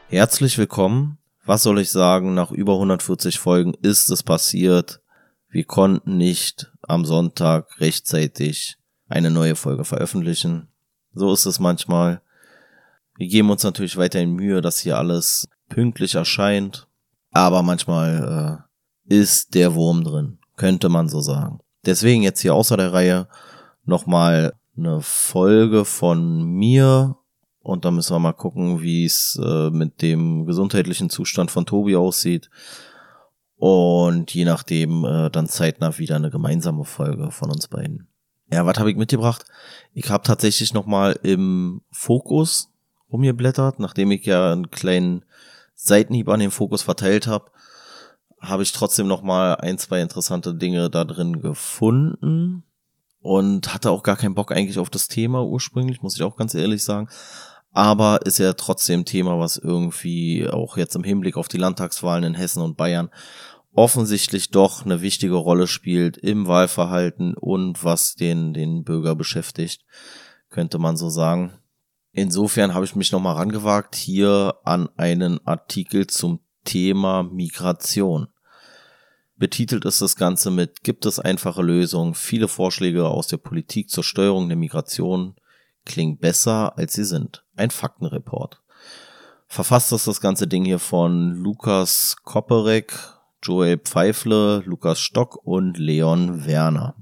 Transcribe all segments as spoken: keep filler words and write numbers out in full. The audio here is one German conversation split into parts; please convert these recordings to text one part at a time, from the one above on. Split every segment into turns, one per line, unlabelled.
Herzlich willkommen. Was soll ich sagen, nach über hundertvierzig Folgen ist es passiert. Wir konnten nicht am Sonntag rechtzeitig eine neue Folge veröffentlichen. So ist es manchmal. Wir geben uns natürlich weiterhin Mühe, dass hier alles pünktlich erscheint. Aber manchmal äh, ist der Wurm drin, könnte man so sagen. Deswegen jetzt hier außer der Reihe nochmal eine Folge von mir. Und dann müssen wir mal gucken, wie es äh, mit dem gesundheitlichen Zustand von Tobi aussieht. Und je nachdem äh, dann zeitnah wieder eine gemeinsame Folge von uns beiden. Ja, was habe ich mitgebracht? Ich habe tatsächlich nochmal im Fokus rumgeblättert. Nachdem ich ja einen kleinen Seitenhieb an den Fokus verteilt habe, habe ich trotzdem nochmal ein, zwei interessante Dinge da drin gefunden. Und hatte auch gar keinen Bock eigentlich auf das Thema ursprünglich, muss ich auch ganz ehrlich sagen. Aber ist ja trotzdem ein Thema, was irgendwie auch jetzt im Hinblick auf die Landtagswahlen in Hessen und Bayern offensichtlich doch eine wichtige Rolle spielt im Wahlverhalten und was den, den Bürger beschäftigt, könnte man so sagen. Insofern habe ich mich nochmal rangewagt hier an einen Artikel zum Thema Migration. Betitelt ist das Ganze mit: Gibt es einfache Lösungen? Viele Vorschläge aus der Politik zur Steuerung der Migration klingen besser, als sie sind. Ein Faktenreport. Verfasst ist das ganze Ding hier von Lukas Koperek, Joel Pfeifle, Lukas Stock und Leon Werner.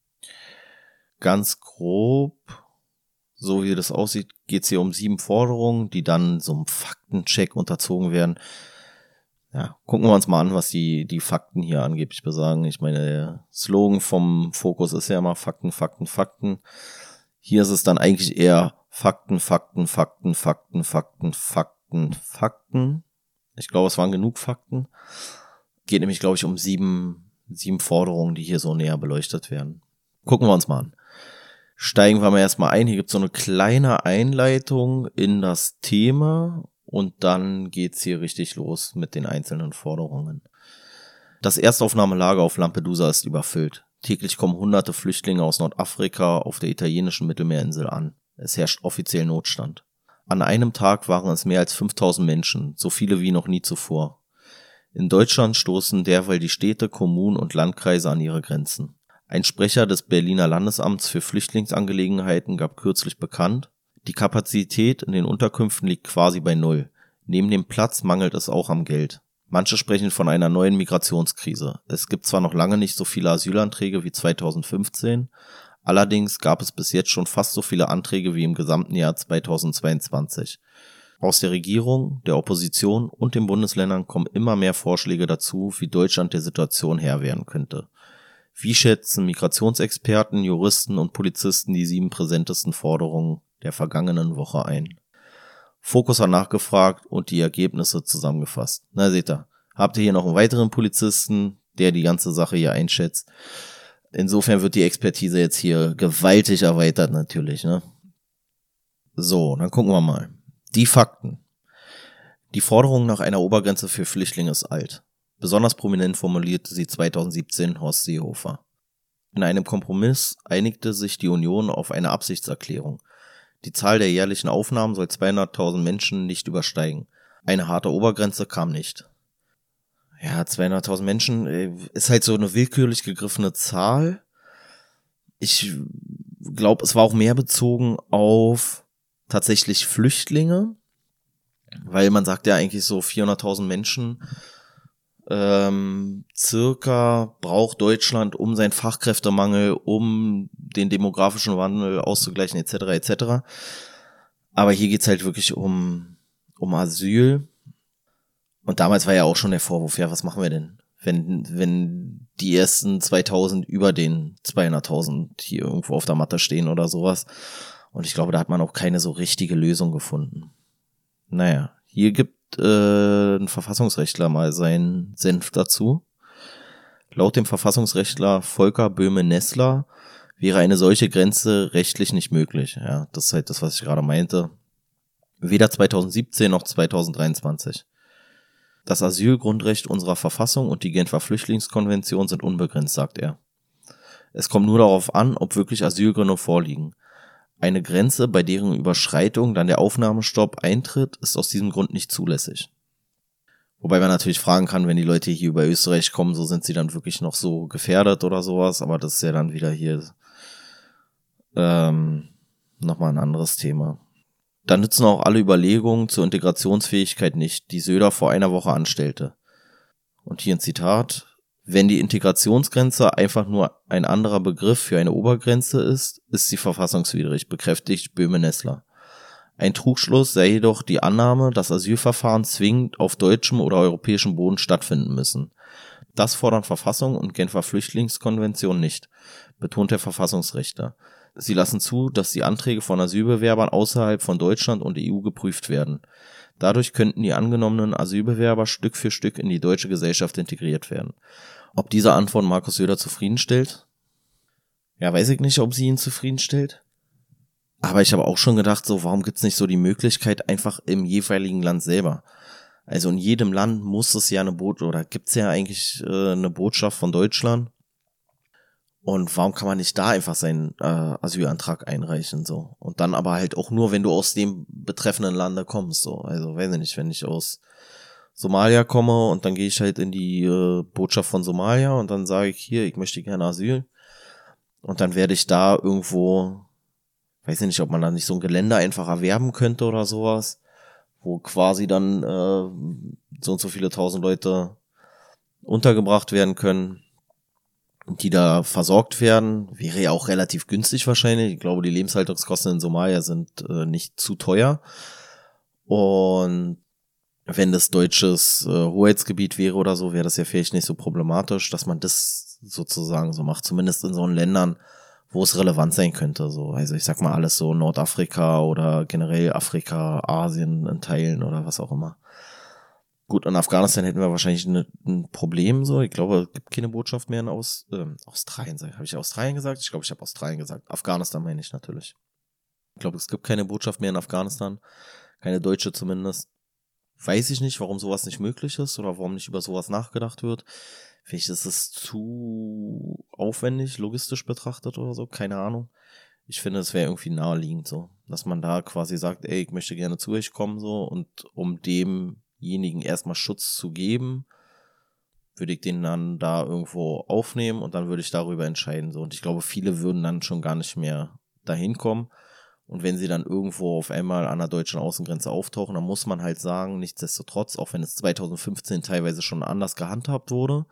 Ganz grob, so wie das aussieht, geht es hier um sieben Forderungen, die dann so einem Faktencheck unterzogen werden. Ja, gucken wir uns mal an, was die, die Fakten hier angeblich besagen. Ich meine, der Slogan vom Fokus ist ja immer Fakten, Fakten, Fakten. Hier ist es dann eigentlich eher Fakten, Fakten, Fakten, Fakten, Fakten, Fakten, Fakten. Ich glaube, es waren genug Fakten. Geht nämlich, glaube ich, um sieben, sieben Forderungen, die hier so näher beleuchtet werden. Gucken wir uns mal an. Steigen wir mal erstmal ein. Hier gibt es so eine kleine Einleitung in das Thema. Und dann geht's hier richtig los mit den einzelnen Forderungen. Das Erstaufnahmelager auf Lampedusa ist überfüllt. Täglich kommen hunderte Flüchtlinge aus Nordafrika auf der italienischen Mittelmeerinsel an. Es herrscht offiziell Notstand. An einem Tag waren es mehr als fünftausend Menschen, so viele wie noch nie zuvor. In Deutschland stoßen derweil die Städte, Kommunen und Landkreise an ihre Grenzen. Ein Sprecher des Berliner Landesamts für Flüchtlingsangelegenheiten gab kürzlich bekannt: Die Kapazität in den Unterkünften liegt quasi bei Null. Neben dem Platz mangelt es auch am Geld. Manche sprechen von einer neuen Migrationskrise. Es gibt zwar noch lange nicht so viele Asylanträge wie zweitausendfünfzehn, allerdings gab es bis jetzt schon fast so viele Anträge wie im gesamten Jahr zweitausendzweiundzwanzig. Aus der Regierung, der Opposition und den Bundesländern kommen immer mehr Vorschläge dazu, wie Deutschland der Situation Herr werden könnte. Wie schätzen Migrationsexperten, Juristen und Polizisten die sieben präsentesten Forderungen der vergangenen Woche ein? Fokus hat nachgefragt und die Ergebnisse zusammengefasst. Na seht ihr, habt ihr hier noch einen weiteren Polizisten, der die ganze Sache hier einschätzt. Insofern wird die Expertise jetzt hier gewaltig erweitert natürlich, ne? So, dann gucken wir mal. Die Fakten. Die Forderung nach einer Obergrenze für Flüchtlinge ist alt. Besonders prominent formulierte sie zweitausendsiebzehn Horst Seehofer. In einem Kompromiss einigte sich die Union auf eine Absichtserklärung. Die Zahl der jährlichen Aufnahmen soll zweihunderttausend Menschen nicht übersteigen. Eine harte Obergrenze kam nicht. Ja, zweihunderttausend Menschen ist halt so eine willkürlich gegriffene Zahl. Ich glaube, es war auch mehr bezogen auf tatsächlich Flüchtlinge, weil man sagt ja eigentlich so vierhunderttausend Menschen ähm, circa braucht Deutschland, um seinen Fachkräftemangel, um den demografischen Wandel auszugleichen, et cetera et cetera. Aber hier geht's halt wirklich um um Asyl. Und damals war ja auch schon der Vorwurf, ja, was machen wir denn, wenn wenn die ersten zweitausend über den zweihunderttausend hier irgendwo auf der Matte stehen oder sowas. Und ich glaube, da hat man auch keine so richtige Lösung gefunden. Naja, hier gibt äh, ein Verfassungsrechtler mal seinen Senf dazu. Laut dem Verfassungsrechtler Volker Böhme-Nessler wäre eine solche Grenze rechtlich nicht möglich. Ja, das ist halt das, was ich gerade meinte. Weder zweitausendsiebzehn noch zweitausenddreiundzwanzig. Das Asylgrundrecht unserer Verfassung und die Genfer Flüchtlingskonvention sind unbegrenzt, sagt er. Es kommt nur darauf an, ob wirklich Asylgründe vorliegen. Eine Grenze, bei deren Überschreitung dann der Aufnahmestopp eintritt, ist aus diesem Grund nicht zulässig. Wobei man natürlich fragen kann, wenn die Leute hier über Österreich kommen, so sind sie dann wirklich noch so gefährdet oder sowas, aber das ist ja dann wieder hier ähm, nochmal ein anderes Thema. Da nützen auch alle Überlegungen zur Integrationsfähigkeit nicht, die Söder vor einer Woche anstellte. Und hier ein Zitat: Wenn die Integrationsgrenze einfach nur ein anderer Begriff für eine Obergrenze ist, ist sie verfassungswidrig, bekräftigt Böhme-Nessler. Ein Trugschluss sei jedoch die Annahme, dass Asylverfahren zwingend auf deutschem oder europäischem Boden stattfinden müssen. Das fordern Verfassung und Genfer Flüchtlingskonvention nicht, betont der Verfassungsrechtler. Sie lassen zu, dass die Anträge von Asylbewerbern außerhalb von Deutschland und E U geprüft werden. Dadurch könnten die angenommenen Asylbewerber Stück für Stück in die deutsche Gesellschaft integriert werden. Ob diese Antwort Markus Söder zufriedenstellt? Ja, weiß ich nicht, ob sie ihn zufriedenstellt. Aber ich habe auch schon gedacht, so, warum gibt's nicht so die Möglichkeit einfach im jeweiligen Land selber? Also in jedem Land muss es ja eine Botschaft, oder gibt's ja eigentlich äh, eine Botschaft von Deutschland. Und warum kann man nicht da einfach seinen äh, Asylantrag einreichen, so? Und dann aber halt auch nur, wenn du aus dem betreffenden Lande kommst, so. Also, weiß ich nicht, wenn ich aus Somalia komme und dann gehe ich halt in die äh, Botschaft von Somalia und dann sage ich, hier, ich möchte gerne Asyl. Und dann werde ich da irgendwo, weiß ich nicht, ob man da nicht so ein Gelände einfach erwerben könnte oder sowas, wo quasi dann äh, so und so viele tausend Leute untergebracht werden können, die da versorgt werden. Wäre ja auch relativ günstig wahrscheinlich. Ich glaube, die Lebenshaltungskosten in Somalia sind äh, nicht zu teuer. Und wenn das deutsches äh, Hoheitsgebiet wäre oder so, wäre das ja vielleicht nicht so problematisch, dass man das sozusagen so macht. Zumindest in so Ländern, wo es relevant sein könnte. So, also ich sag mal alles so Nordafrika oder generell Afrika, Asien in Teilen oder was auch immer. Gut, in Afghanistan hätten wir wahrscheinlich eine, ein Problem, so. Ich glaube, es gibt keine Botschaft mehr in Aus, äh, Australien. Habe ich Australien gesagt? Ich glaube, ich habe Australien gesagt. Afghanistan meine ich natürlich. Ich glaube, es gibt keine Botschaft mehr in Afghanistan. Keine deutsche zumindest. Weiß ich nicht, warum sowas nicht möglich ist oder warum nicht über sowas nachgedacht wird. Vielleicht ist es zu aufwendig, logistisch betrachtet oder so. Keine Ahnung. Ich finde, es wäre irgendwie naheliegend so, dass man da quasi sagt, ey, ich möchte gerne zu euch kommen, so, und um dem denjenigen erstmal Schutz zu geben, würde ich den dann da irgendwo aufnehmen und dann würde ich darüber entscheiden. So. Und ich glaube, viele würden dann schon gar nicht mehr dahin kommen. Und wenn sie dann irgendwo auf einmal an der deutschen Außengrenze auftauchen, dann muss man halt sagen, nichtsdestotrotz, auch wenn es zwanzig fünfzehn teilweise schon anders gehandhabt wurde,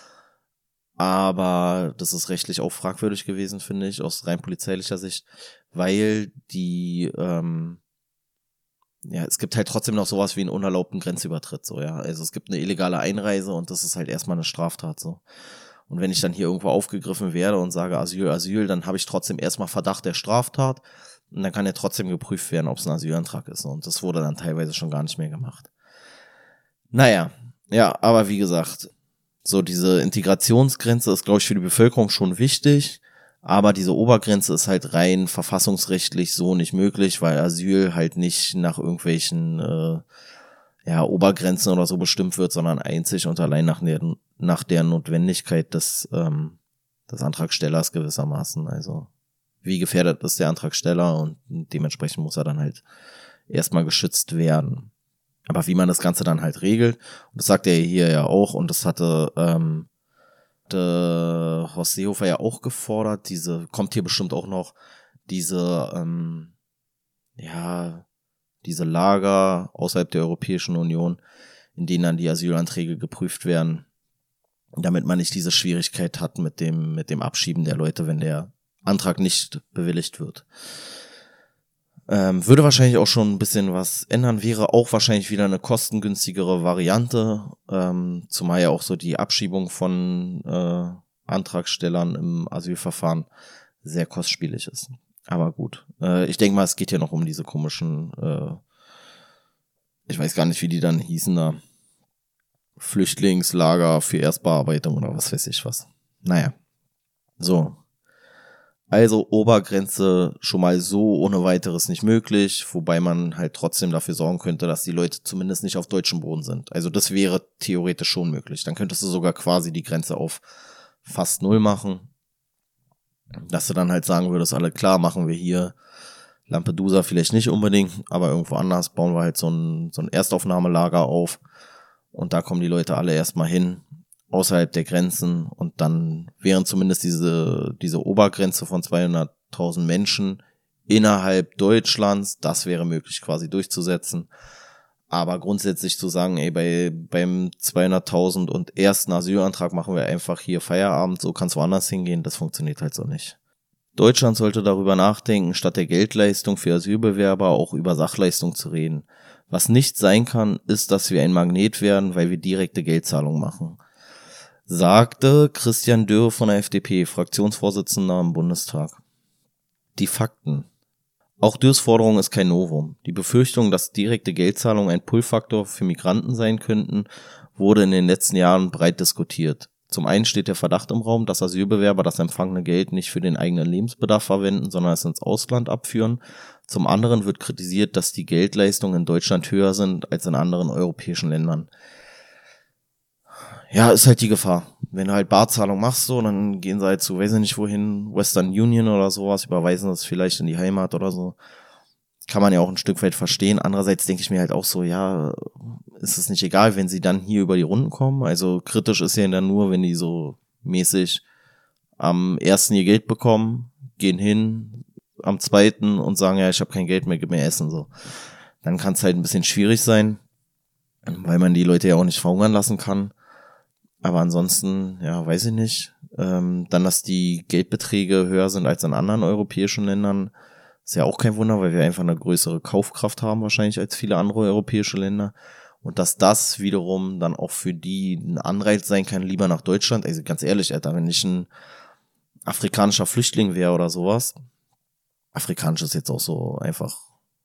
aber das ist rechtlich auch fragwürdig gewesen, finde ich, aus rein polizeilicher Sicht, weil die ähm, ja, es gibt halt trotzdem noch sowas wie einen unerlaubten Grenzübertritt, so, ja. Also es gibt eine illegale Einreise und das ist halt erstmal eine Straftat, so. Und wenn ich dann hier irgendwo aufgegriffen werde und sage Asyl, Asyl, dann habe ich trotzdem erstmal Verdacht der Straftat und dann kann ja trotzdem geprüft werden, ob es ein Asylantrag ist. Und das wurde dann teilweise schon gar nicht mehr gemacht. Naja, ja, aber wie gesagt, so diese Integrationsgrenze ist, glaube ich, für die Bevölkerung schon wichtig. Aber diese Obergrenze ist halt rein verfassungsrechtlich so nicht möglich, weil Asyl halt nicht nach irgendwelchen äh, ja, Obergrenzen oder so bestimmt wird, sondern einzig und allein nach der, nach der Notwendigkeit des, ähm, des Antragstellers gewissermaßen. Also wie gefährdet ist der Antragsteller und dementsprechend muss er dann halt erstmal geschützt werden. Aber wie man das Ganze dann halt regelt, und das sagt er hier ja auch, und das hatte ähm, der Horst Seehofer ja auch gefordert, diese, kommt hier bestimmt auch noch, diese, ähm, ja, diese Lager außerhalb der Europäischen Union, in denen dann die Asylanträge geprüft werden, damit man nicht diese Schwierigkeit hat mit dem, mit dem Abschieben der Leute, wenn der Antrag nicht bewilligt wird. Ähm, würde wahrscheinlich auch schon ein bisschen was ändern, wäre auch wahrscheinlich wieder eine kostengünstigere Variante, ähm, zumal ja auch so die Abschiebung von äh, Antragstellern im Asylverfahren sehr kostspielig ist. Aber gut, äh, ich denke mal, es geht hier noch um diese komischen, äh, ich weiß gar nicht, wie die dann hießen da, Flüchtlingslager für Erstbearbeitung oder was weiß ich was. Naja, so. Also Obergrenze schon mal so ohne weiteres nicht möglich, wobei man halt trotzdem dafür sorgen könnte, dass die Leute zumindest nicht auf deutschem Boden sind. Also das wäre theoretisch schon möglich. Dann könntest du sogar quasi die Grenze auf fast null machen, dass du dann halt sagen würdest, alle klar, machen wir hier Lampedusa vielleicht nicht unbedingt, aber irgendwo anders bauen wir halt so ein, so ein Erstaufnahmelager auf und da kommen die Leute alle erstmal hin, außerhalb der Grenzen und dann wären zumindest diese, diese Obergrenze von zweihunderttausend Menschen innerhalb Deutschlands, das wäre möglich quasi durchzusetzen. Aber grundsätzlich zu sagen, ey, bei beim zweihunderttausend und ersten Asylantrag machen wir einfach hier Feierabend, so kann es woanders hingehen, das funktioniert halt so nicht. Deutschland sollte darüber nachdenken, statt der Geldleistung für Asylbewerber auch über Sachleistung zu reden. Was nicht sein kann, ist, dass wir ein Magnet werden, weil wir direkte Geldzahlungen machen, sagte Christian Dürr von der F D P, Fraktionsvorsitzender im Bundestag. Die Fakten. Auch Dürrs Forderung ist kein Novum. Die Befürchtung, dass direkte Geldzahlungen ein Pull-Faktor für Migranten sein könnten, wurde in den letzten Jahren breit diskutiert. Zum einen steht der Verdacht im Raum, dass Asylbewerber das empfangene Geld nicht für den eigenen Lebensbedarf verwenden, sondern es ins Ausland abführen. Zum anderen wird kritisiert, dass die Geldleistungen in Deutschland höher sind als in anderen europäischen Ländern. Ja, ist halt die Gefahr. Wenn du halt Barzahlung machst, so, dann gehen sie halt zu, weiß ich nicht wohin, Western Union oder sowas, überweisen das vielleicht in die Heimat oder so. Kann man ja auch ein Stück weit verstehen. Andererseits denke ich mir halt auch so, ja, ist es nicht egal, wenn sie dann hier über die Runden kommen? Also kritisch ist ja dann nur, wenn die so mäßig am ersten ihr Geld bekommen, gehen hin, am zweiten und sagen, ja, ich habe kein Geld mehr, gib mir Essen, so. Dann kann es halt ein bisschen schwierig sein, weil man die Leute ja auch nicht verhungern lassen kann. Aber ansonsten, ja, weiß ich nicht. Ähm, dann, dass die Geldbeträge höher sind als in anderen europäischen Ländern, ist ja auch kein Wunder, weil wir einfach eine größere Kaufkraft haben wahrscheinlich als viele andere europäische Länder. Und dass das wiederum dann auch für die ein Anreiz sein kann, lieber nach Deutschland. Also ganz ehrlich, Alter, wenn ich ein afrikanischer Flüchtling wäre oder sowas, afrikanisch ist jetzt auch so einfach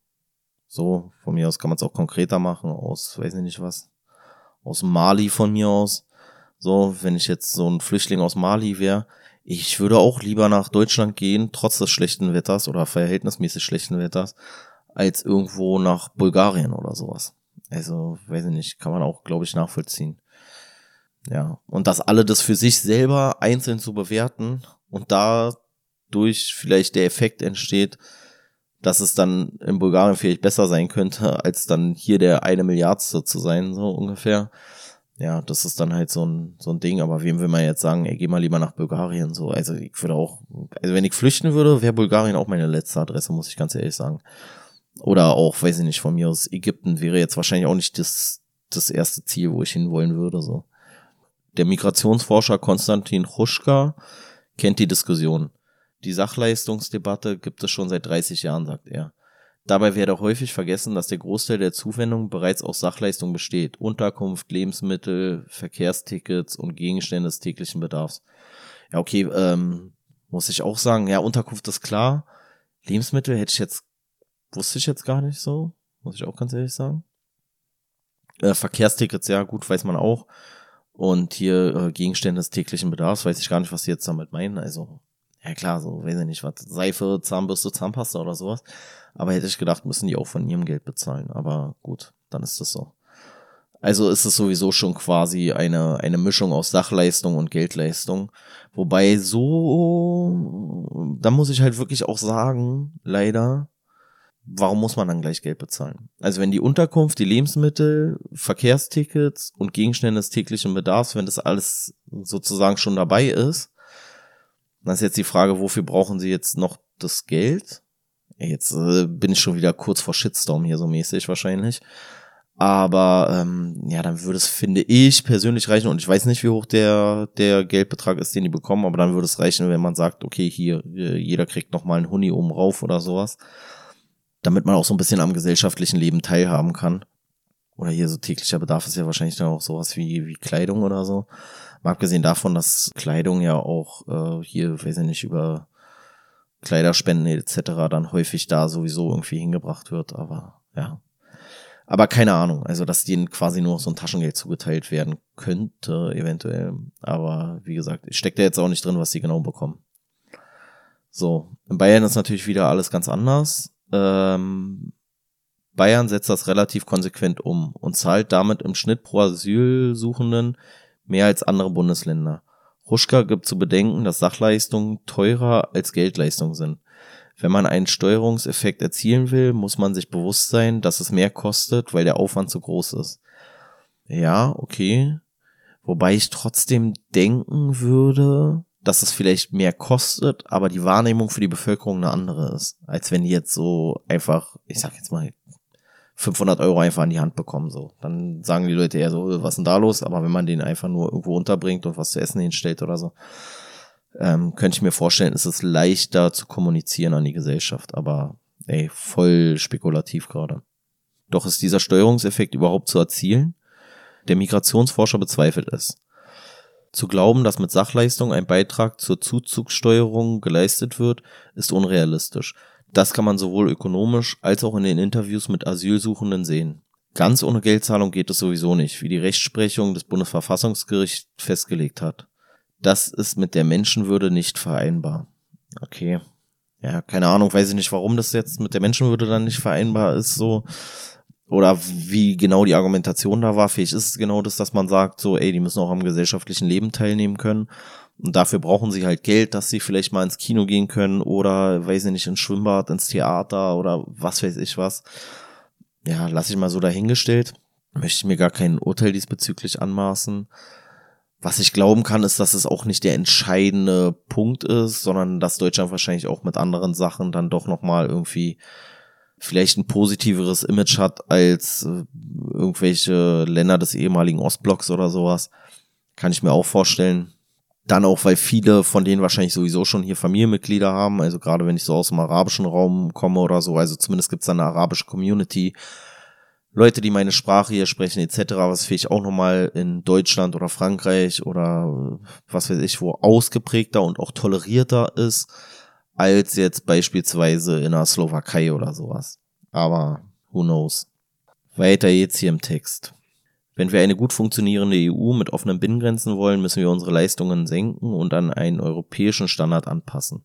so, von mir aus kann man es auch konkreter machen, aus, weiß ich nicht was, aus Mali von mir aus. So, wenn ich jetzt so ein Flüchtling aus Mali wäre, ich würde auch lieber nach Deutschland gehen, trotz des schlechten Wetters oder verhältnismäßig schlechten Wetters, als irgendwo nach Bulgarien oder sowas. Also, weiß ich nicht, kann man auch, glaube ich, nachvollziehen. Ja, und dass alle das für sich selber einzeln zu bewerten und dadurch vielleicht der Effekt entsteht, dass es dann in Bulgarien vielleicht besser sein könnte, als dann hier der eine Milliardste zu sein, so ungefähr. Ja, das ist dann halt so ein so ein Ding, aber wem will man jetzt sagen, ey, geh mal lieber nach Bulgarien, so, also ich würde auch, also wenn ich flüchten würde, wäre Bulgarien auch meine letzte Adresse, muss ich ganz ehrlich sagen. Oder auch, weiß ich nicht, von mir aus Ägypten wäre jetzt wahrscheinlich auch nicht das das erste Ziel, wo ich hinwollen würde, so. Der Migrationsforscher Konstantin Hruschka kennt die Diskussion. Die Sachleistungsdebatte gibt es schon seit dreißig Jahren, sagt er. Dabei werde häufig vergessen, dass der Großteil der Zuwendung bereits aus Sachleistung besteht. Unterkunft, Lebensmittel, Verkehrstickets und Gegenstände des täglichen Bedarfs. Ja, okay, ähm, muss ich auch sagen, ja, Unterkunft ist klar. Lebensmittel hätte ich jetzt, wusste ich jetzt gar nicht so, muss ich auch ganz ehrlich sagen. Äh, Verkehrstickets, ja, gut, weiß man auch. Und hier äh, Gegenstände des täglichen Bedarfs, weiß ich gar nicht, was sie jetzt damit meinen, also ja klar, so, weiß ich nicht, was, Seife, Zahnbürste, Zahnpasta oder sowas. Aber hätte ich gedacht, müssen die auch von ihrem Geld bezahlen. Aber gut, dann ist das so. Also ist es sowieso schon quasi eine, eine Mischung aus Sachleistung und Geldleistung. Wobei so, da muss ich halt wirklich auch sagen, leider, warum muss man dann gleich Geld bezahlen? Also wenn die Unterkunft, die Lebensmittel, Verkehrstickets und Gegenstände des täglichen Bedarfs, wenn das alles sozusagen schon dabei ist, dann ist jetzt die Frage, wofür brauchen sie jetzt noch das Geld? Jetzt äh, bin ich schon wieder kurz vor Shitstorm hier so mäßig wahrscheinlich. Aber ähm, ja, dann würde es, finde ich, persönlich reichen. Und ich weiß nicht, wie hoch der der Geldbetrag ist, den die bekommen. Aber dann würde es reichen, wenn man sagt, okay, hier, jeder kriegt nochmal einen Huni oben rauf oder sowas. Damit man auch so ein bisschen am gesellschaftlichen Leben teilhaben kann. Oder hier so täglicher Bedarf ist ja wahrscheinlich dann auch sowas wie wie Kleidung oder so. Mal abgesehen davon, dass Kleidung ja auch äh, hier, weiß ich nicht, über Kleiderspenden et cetera dann häufig da sowieso irgendwie hingebracht wird, aber ja. Aber keine Ahnung, also dass denen quasi nur so ein Taschengeld zugeteilt werden könnte, eventuell. Aber wie gesagt, ich stecke da jetzt auch nicht drin, was die genau bekommen. So, in Bayern ist natürlich wieder alles ganz anders. Ähm, Bayern setzt das relativ konsequent um und zahlt damit im Schnitt pro Asylsuchenden mehr als andere Bundesländer. Hruschka gibt zu bedenken, dass Sachleistungen teurer als Geldleistungen sind. Wenn man einen Steuerungseffekt erzielen will, muss man sich bewusst sein, dass es mehr kostet, weil der Aufwand zu groß ist. Ja, okay. Wobei ich trotzdem denken würde, dass es vielleicht mehr kostet, aber die Wahrnehmung für die Bevölkerung eine andere ist, als wenn die jetzt so einfach, ich sag jetzt mal, fünfhundert Euro einfach an die Hand bekommen, so. Dann sagen die Leute eher so, was ist denn da los? Aber wenn man den einfach nur irgendwo unterbringt und was zu essen hinstellt oder so, ähm, könnte ich mir vorstellen, ist es leichter zu kommunizieren an die Gesellschaft. Aber, ey, voll spekulativ gerade. Doch ist dieser Steuerungseffekt überhaupt zu erzielen? Der Migrationsforscher bezweifelt es. Zu glauben, dass mit Sachleistung ein Beitrag zur Zuzugssteuerung geleistet wird, ist unrealistisch. Das kann man sowohl ökonomisch als auch in den Interviews mit Asylsuchenden sehen. Ganz ohne Geldzahlung geht es sowieso nicht, wie die Rechtsprechung des Bundesverfassungsgerichts festgelegt hat. Das ist mit der Menschenwürde nicht vereinbar. Okay. Ja, keine Ahnung, weiß ich nicht, warum das jetzt mit der Menschenwürde dann nicht vereinbar ist, so. Oder wie genau die Argumentation da war. Vielleicht ist es genau das, dass man sagt, so, ey, die müssen auch am gesellschaftlichen Leben teilnehmen können. Und dafür brauchen sie halt Geld, dass sie vielleicht mal ins Kino gehen können oder, weiß ich nicht, ins Schwimmbad, ins Theater oder was weiß ich was. Ja, lasse ich mal so dahingestellt. Möchte ich mir gar kein Urteil diesbezüglich anmaßen. Was ich glauben kann, ist, dass es auch nicht der entscheidende Punkt ist, sondern dass Deutschland wahrscheinlich auch mit anderen Sachen dann doch nochmal irgendwie vielleicht ein positiveres Image hat als äh, irgendwelche Länder des ehemaligen Ostblocks oder sowas. Kann ich mir auch vorstellen. Dann auch, weil viele von denen wahrscheinlich sowieso schon hier Familienmitglieder haben, also gerade wenn ich so aus dem arabischen Raum komme oder so, also zumindest gibt es da eine arabische Community, Leute, die meine Sprache hier sprechen et cetera, was vielleicht auch nochmal in Deutschland oder Frankreich oder was weiß ich wo ausgeprägter und auch tolerierter ist, als jetzt beispielsweise in der Slowakei oder sowas. Aber who knows. Weiter jetzt hier im Text. Wenn wir eine gut funktionierende E U mit offenen Binnengrenzen wollen, müssen wir unsere Leistungen senken und an einen europäischen Standard anpassen,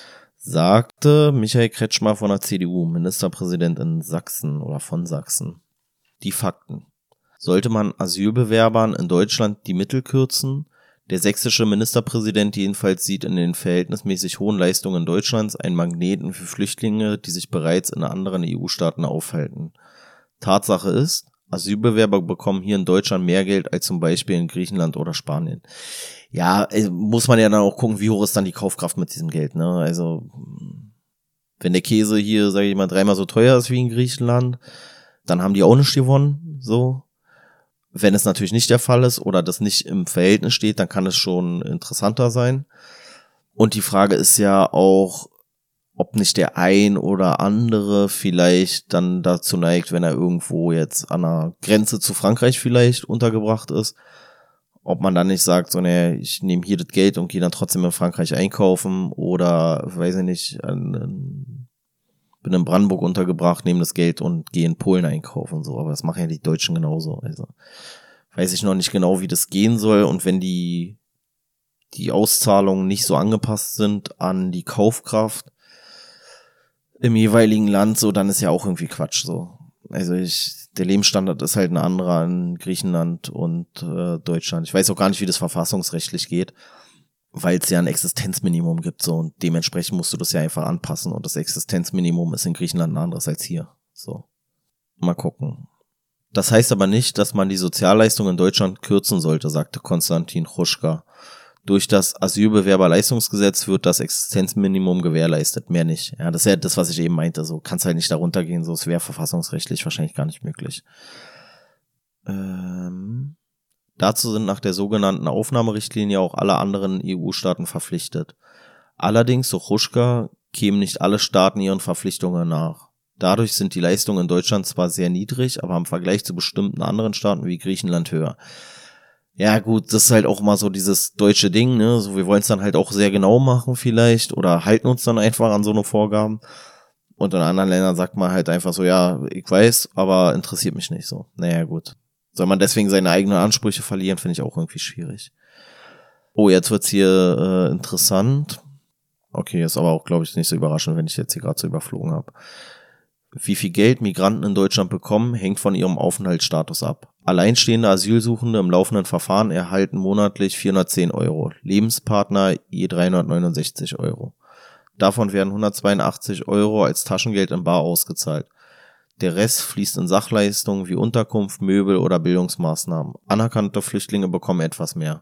sagte Michael Kretschmer von der C D U, Ministerpräsident in Sachsen oder von Sachsen. Die Fakten. Sollte man Asylbewerbern in Deutschland die Mittel kürzen? Der sächsische Ministerpräsident jedenfalls sieht in den verhältnismäßig hohen Leistungen Deutschlands einen Magneten für Flüchtlinge, die sich bereits in anderen E U-Staaten aufhalten. Tatsache ist, Asylbewerber bekommen hier in Deutschland mehr Geld als zum Beispiel in Griechenland oder Spanien. Ja, muss man ja dann auch gucken, wie hoch ist dann die Kaufkraft mit diesem Geld, ne? Also, wenn der Käse hier, sage ich mal, dreimal so teuer ist wie in Griechenland, dann haben die auch nicht gewonnen, so. Wenn es natürlich nicht der Fall ist oder das nicht im Verhältnis steht, dann kann es schon interessanter sein. Und die Frage ist ja auch, ob nicht der ein oder andere vielleicht dann dazu neigt, wenn er irgendwo jetzt an der Grenze zu Frankreich vielleicht untergebracht ist, ob man dann nicht sagt, so, ne, ich nehme hier das Geld und gehe dann trotzdem in Frankreich einkaufen oder, weiß ich nicht, an, bin in Brandenburg untergebracht, nehme das Geld und gehe in Polen einkaufen und so. Aber das machen ja die Deutschen genauso. Also weiß ich noch nicht genau, wie das gehen soll. Und wenn die, die Auszahlungen nicht so angepasst sind an die Kaufkraft im jeweiligen Land, so, dann ist ja auch irgendwie Quatsch, so. Also ich, der Lebensstandard ist halt ein anderer in Griechenland und äh, Deutschland. Ich weiß auch gar nicht, wie das verfassungsrechtlich geht, weil es ja ein Existenzminimum gibt, so, und dementsprechend musst du das ja einfach anpassen und das Existenzminimum ist in Griechenland ein anderes als hier, so. Mal gucken. Das heißt aber nicht, dass man die Sozialleistungen in Deutschland kürzen sollte, sagte Konstantin Hruschka. Durch das Asylbewerberleistungsgesetz wird das Existenzminimum gewährleistet, mehr nicht. Ja, das ist ja das, was ich eben meinte, so kannst halt nicht darunter gehen, so es wäre verfassungsrechtlich wahrscheinlich gar nicht möglich. Ähm, dazu sind nach der sogenannten Aufnahmerichtlinie auch alle anderen E U-Staaten verpflichtet. Allerdings, so Hruschka, kämen nicht alle Staaten ihren Verpflichtungen nach. Dadurch sind die Leistungen in Deutschland zwar sehr niedrig, aber im Vergleich zu bestimmten anderen Staaten wie Griechenland höher. Ja gut, das ist halt auch mal so dieses deutsche Ding, ne, so wir wollen es dann halt auch sehr genau machen vielleicht oder halten uns dann einfach an so eine Vorgaben und in anderen Ländern sagt man halt einfach so, ja, ich weiß, aber interessiert mich nicht so. Naja gut, soll man deswegen seine eigenen Ansprüche verlieren, finde ich auch irgendwie schwierig. Oh, jetzt wird's hier äh, interessant. Okay, ist aber auch, glaube ich, nicht so überraschend, wenn ich jetzt hier gerade so überflogen habe. Wie viel Geld Migranten in Deutschland bekommen, hängt von ihrem Aufenthaltsstatus ab. Alleinstehende Asylsuchende im laufenden Verfahren erhalten monatlich vierhundertzehn Euro, Lebenspartner je dreihundertneunundsechzig Euro. Davon werden hundertzweiundachtzig Euro als Taschengeld in bar ausgezahlt. Der Rest fließt in Sachleistungen wie Unterkunft, Möbel oder Bildungsmaßnahmen. Anerkannte Flüchtlinge bekommen etwas mehr.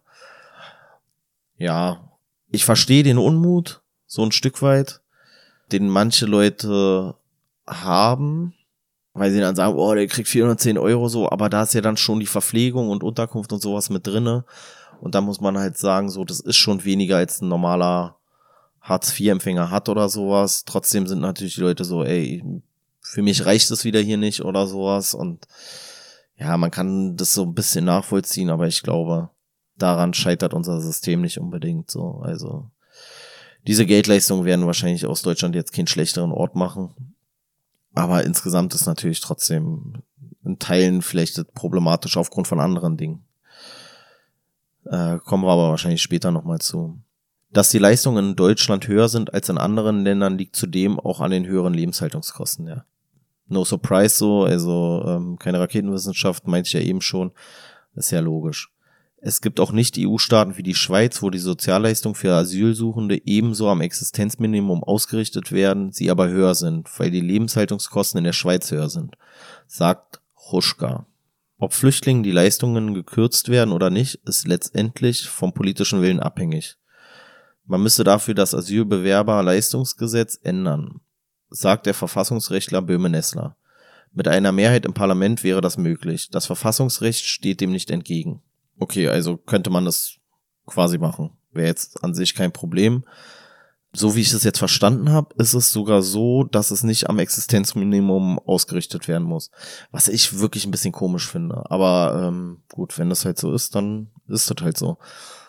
Ja, ich verstehe den Unmut, so ein Stück weit, den manche Leute haben, weil sie dann sagen, oh, der kriegt vierhundertzehn Euro so, aber da ist ja dann schon die Verpflegung und Unterkunft und sowas mit drinne. Und da muss man halt sagen, so, das ist schon weniger als ein normaler Hartz vier Empfänger hat oder sowas. Trotzdem sind natürlich die Leute so, ey, für mich reicht es wieder hier nicht oder sowas. Und ja, man kann das so ein bisschen nachvollziehen, aber ich glaube, daran scheitert unser System nicht unbedingt so. Also diese Geldleistungen werden wahrscheinlich aus Deutschland jetzt keinen schlechteren Ort machen. Aber insgesamt ist natürlich trotzdem in Teilen vielleicht problematisch aufgrund von anderen Dingen. Äh, kommen wir aber wahrscheinlich später nochmal zu. Dass die Leistungen in Deutschland höher sind als in anderen Ländern, liegt zudem auch an den höheren Lebenshaltungskosten, ja. No surprise so, also ähm, keine Raketenwissenschaft, meinte ich ja eben schon, ist ja logisch. Es gibt auch nicht-E U-Staaten wie die Schweiz, wo die Sozialleistungen für Asylsuchende ebenso am Existenzminimum ausgerichtet werden, sie aber höher sind, weil die Lebenshaltungskosten in der Schweiz höher sind, sagt Hruschka. Ob Flüchtlingen die Leistungen gekürzt werden oder nicht, ist letztendlich vom politischen Willen abhängig. Man müsste dafür das Asylbewerberleistungsgesetz ändern, sagt der Verfassungsrechtler Böhme-Nessler. Mit einer Mehrheit im Parlament wäre das möglich. Das Verfassungsrecht steht dem nicht entgegen. Okay, also könnte man das quasi machen. Wäre jetzt an sich kein Problem. So wie ich es jetzt verstanden habe, ist es sogar so, dass es nicht am Existenzminimum ausgerichtet werden muss. Was ich wirklich ein bisschen komisch finde. Aber ähm, gut, wenn das halt so ist, dann ist das halt so.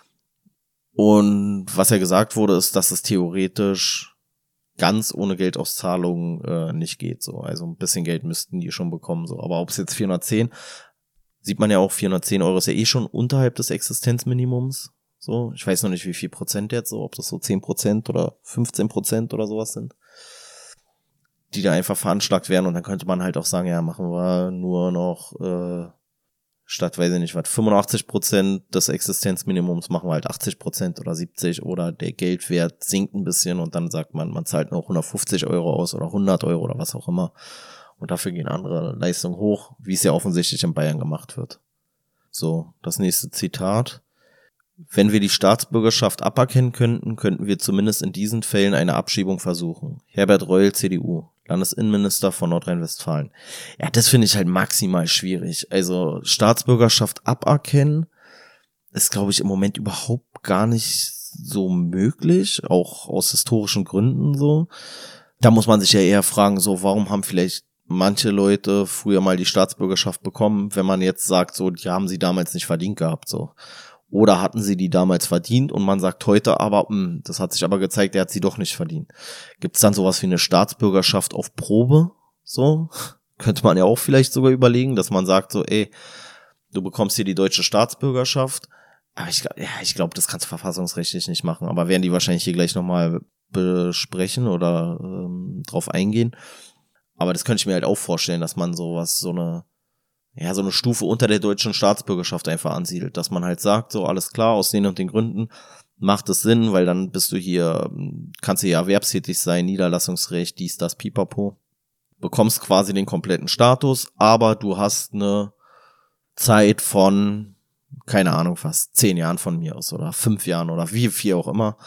Und was ja gesagt wurde, ist, dass es theoretisch ganz ohne Geldauszahlung äh, nicht geht. So, also ein bisschen Geld müssten die schon bekommen. So, aber ob es jetzt vierhundertzehn, sieht man ja auch, vierhundertzehn Euro ist ja eh schon unterhalb des Existenzminimums. So, ich weiß noch nicht, wie viel Prozent jetzt, so, ob das so zehn Prozent oder fünfzehn Prozent oder sowas sind, die da einfach veranschlagt werden. Und dann könnte man halt auch sagen, ja, machen wir nur noch äh, statt, weiß ich nicht was, fünfundachtzig Prozent des Existenzminimums machen wir halt achtzig Prozent oder siebzig oder der Geldwert sinkt ein bisschen und dann sagt man, man zahlt noch hundertfünfzig Euro aus oder hundert Euro oder was auch immer. Und dafür gehen andere Leistungen hoch, wie es ja offensichtlich in Bayern gemacht wird. So, das nächste Zitat. Wenn wir die Staatsbürgerschaft aberkennen könnten, könnten wir zumindest in diesen Fällen eine Abschiebung versuchen. Herbert Reul, C D U, Landesinnenminister von Nordrhein-Westfalen. Ja, das finde ich halt maximal schwierig. Also Staatsbürgerschaft aberkennen ist, glaube ich, im Moment überhaupt gar nicht so möglich, auch aus historischen Gründen so. Da muss man sich ja eher fragen, so, warum haben vielleicht manche Leute früher mal die Staatsbürgerschaft bekommen, wenn man jetzt sagt, so, die haben sie damals nicht verdient gehabt, so. Oder hatten sie die damals verdient und man sagt heute aber, mh, das hat sich aber gezeigt, er hat sie doch nicht verdient. Gibt es dann sowas wie eine Staatsbürgerschaft auf Probe? So, könnte man ja auch vielleicht sogar überlegen, dass man sagt so, ey, du bekommst hier die deutsche Staatsbürgerschaft. Aber ich, ja, ich glaube, das kannst du verfassungsrechtlich nicht machen. Aber werden die wahrscheinlich hier gleich nochmal besprechen oder ähm, drauf eingehen. Aber das könnte ich mir halt auch vorstellen, dass man sowas, so eine, ja, so eine Stufe unter der deutschen Staatsbürgerschaft einfach ansiedelt, dass man halt sagt, so alles klar, aus den und den Gründen macht es Sinn, weil dann bist du hier, kannst du hier erwerbstätig sein, Niederlassungsrecht, dies, das, pipapo, bekommst quasi den kompletten Status, aber du hast eine Zeit von, keine Ahnung, fast zehn Jahren von mir aus oder fünf Jahren oder wie viel auch immer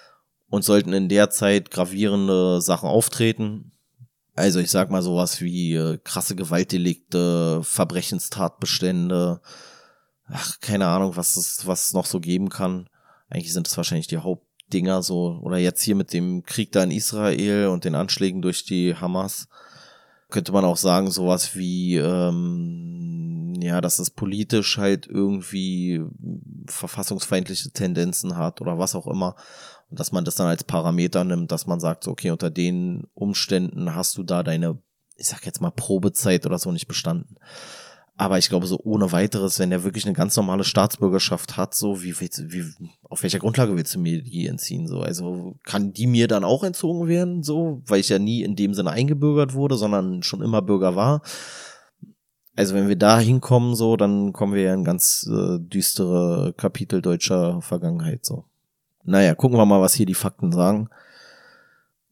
und sollten in der Zeit gravierende Sachen auftreten. Also ich sag mal sowas wie äh, krasse Gewaltdelikte, Verbrechenstatbestände, ach, keine Ahnung, was es, was es noch so geben kann. Eigentlich sind es wahrscheinlich die Hauptdinger so, oder jetzt hier mit dem Krieg da in Israel und den Anschlägen durch die Hamas, könnte man auch sagen, sowas wie, ähm, ja, dass es politisch halt irgendwie verfassungsfeindliche Tendenzen hat oder was auch immer. Und dass man das dann als Parameter nimmt, dass man sagt, so, okay, unter den Umständen hast du da deine, ich sag jetzt mal, Probezeit oder so nicht bestanden. Aber ich glaube, so ohne weiteres, wenn der wirklich eine ganz normale Staatsbürgerschaft hat, so, wie, wie, auf welcher Grundlage willst du mir die entziehen, so? Also, kann die mir dann auch entzogen werden, so? Weil ich ja nie in dem Sinne eingebürgert wurde, sondern schon immer Bürger war. Also, wenn wir da hinkommen, so, dann kommen wir ja in ganz äh, düstere Kapitel deutscher Vergangenheit, so. Naja, gucken wir mal, was hier die Fakten sagen.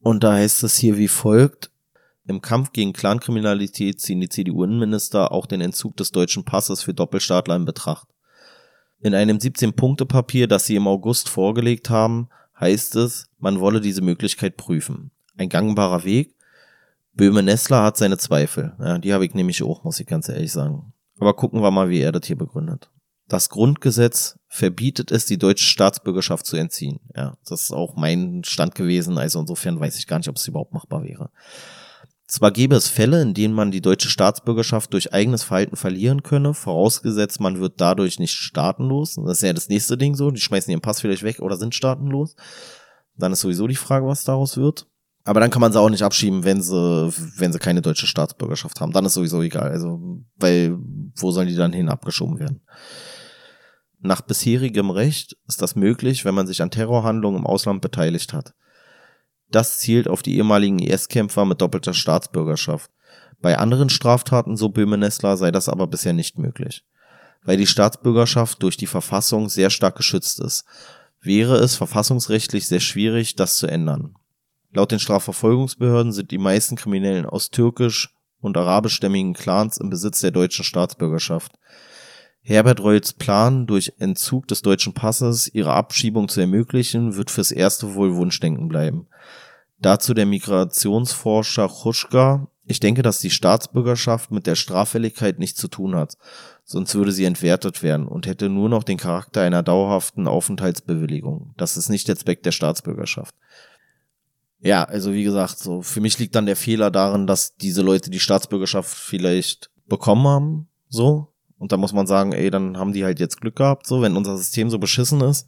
Und da heißt es hier wie folgt: Im Kampf gegen Clankriminalität ziehen die C D U-Innenminister auch den Entzug des deutschen Passes für Doppelstaatler in Betracht. In einem siebzehn-Punkte-Papier, das sie im August vorgelegt haben, heißt es, man wolle diese Möglichkeit prüfen. Ein gangbarer Weg. Böhme-Nessler hat seine Zweifel. Ja, die habe ich nämlich auch, muss ich ganz ehrlich sagen. Aber gucken wir mal, wie er das hier begründet. Das Grundgesetz verbietet es, die deutsche Staatsbürgerschaft zu entziehen. Ja, das ist auch mein Stand gewesen, also insofern weiß ich gar nicht, ob es überhaupt machbar wäre. Zwar gäbe es Fälle, in denen man die deutsche Staatsbürgerschaft durch eigenes Verhalten verlieren könne, vorausgesetzt, man wird dadurch nicht staatenlos. Das ist ja das nächste Ding so, die schmeißen ihren Pass vielleicht weg oder sind staatenlos. Dann ist sowieso die Frage, was daraus wird. Aber dann kann man sie auch nicht abschieben, wenn sie, wenn sie keine deutsche Staatsbürgerschaft haben. Dann ist sowieso egal, also, weil, wo sollen die dann hin abgeschoben werden? Nach bisherigem Recht ist das möglich, wenn man sich an Terrorhandlungen im Ausland beteiligt hat. Das zielt auf die ehemaligen I S-Kämpfer mit doppelter Staatsbürgerschaft. Bei anderen Straftaten, so Böhme-Nessler, sei das aber bisher nicht möglich. Weil die Staatsbürgerschaft durch die Verfassung sehr stark geschützt ist, wäre es verfassungsrechtlich sehr schwierig, das zu ändern. Laut den Strafverfolgungsbehörden sind die meisten Kriminellen aus türkisch- und arabischstämmigen Clans im Besitz der deutschen Staatsbürgerschaft. Herbert Reul's Plan, durch Entzug des deutschen Passes ihre Abschiebung zu ermöglichen, wird fürs Erste wohl Wunschdenken bleiben. Dazu der Migrationsforscher Chuschka: Ich denke, dass die Staatsbürgerschaft mit der Straffälligkeit nichts zu tun hat, sonst würde sie entwertet werden und hätte nur noch den Charakter einer dauerhaften Aufenthaltsbewilligung. Das ist nicht der Zweck der Staatsbürgerschaft. Ja, also wie gesagt, so für mich liegt dann der Fehler darin, dass diese Leute die Staatsbürgerschaft vielleicht bekommen haben, so. Und da muss man sagen, ey, dann haben die halt jetzt Glück gehabt, so, wenn unser System so beschissen ist.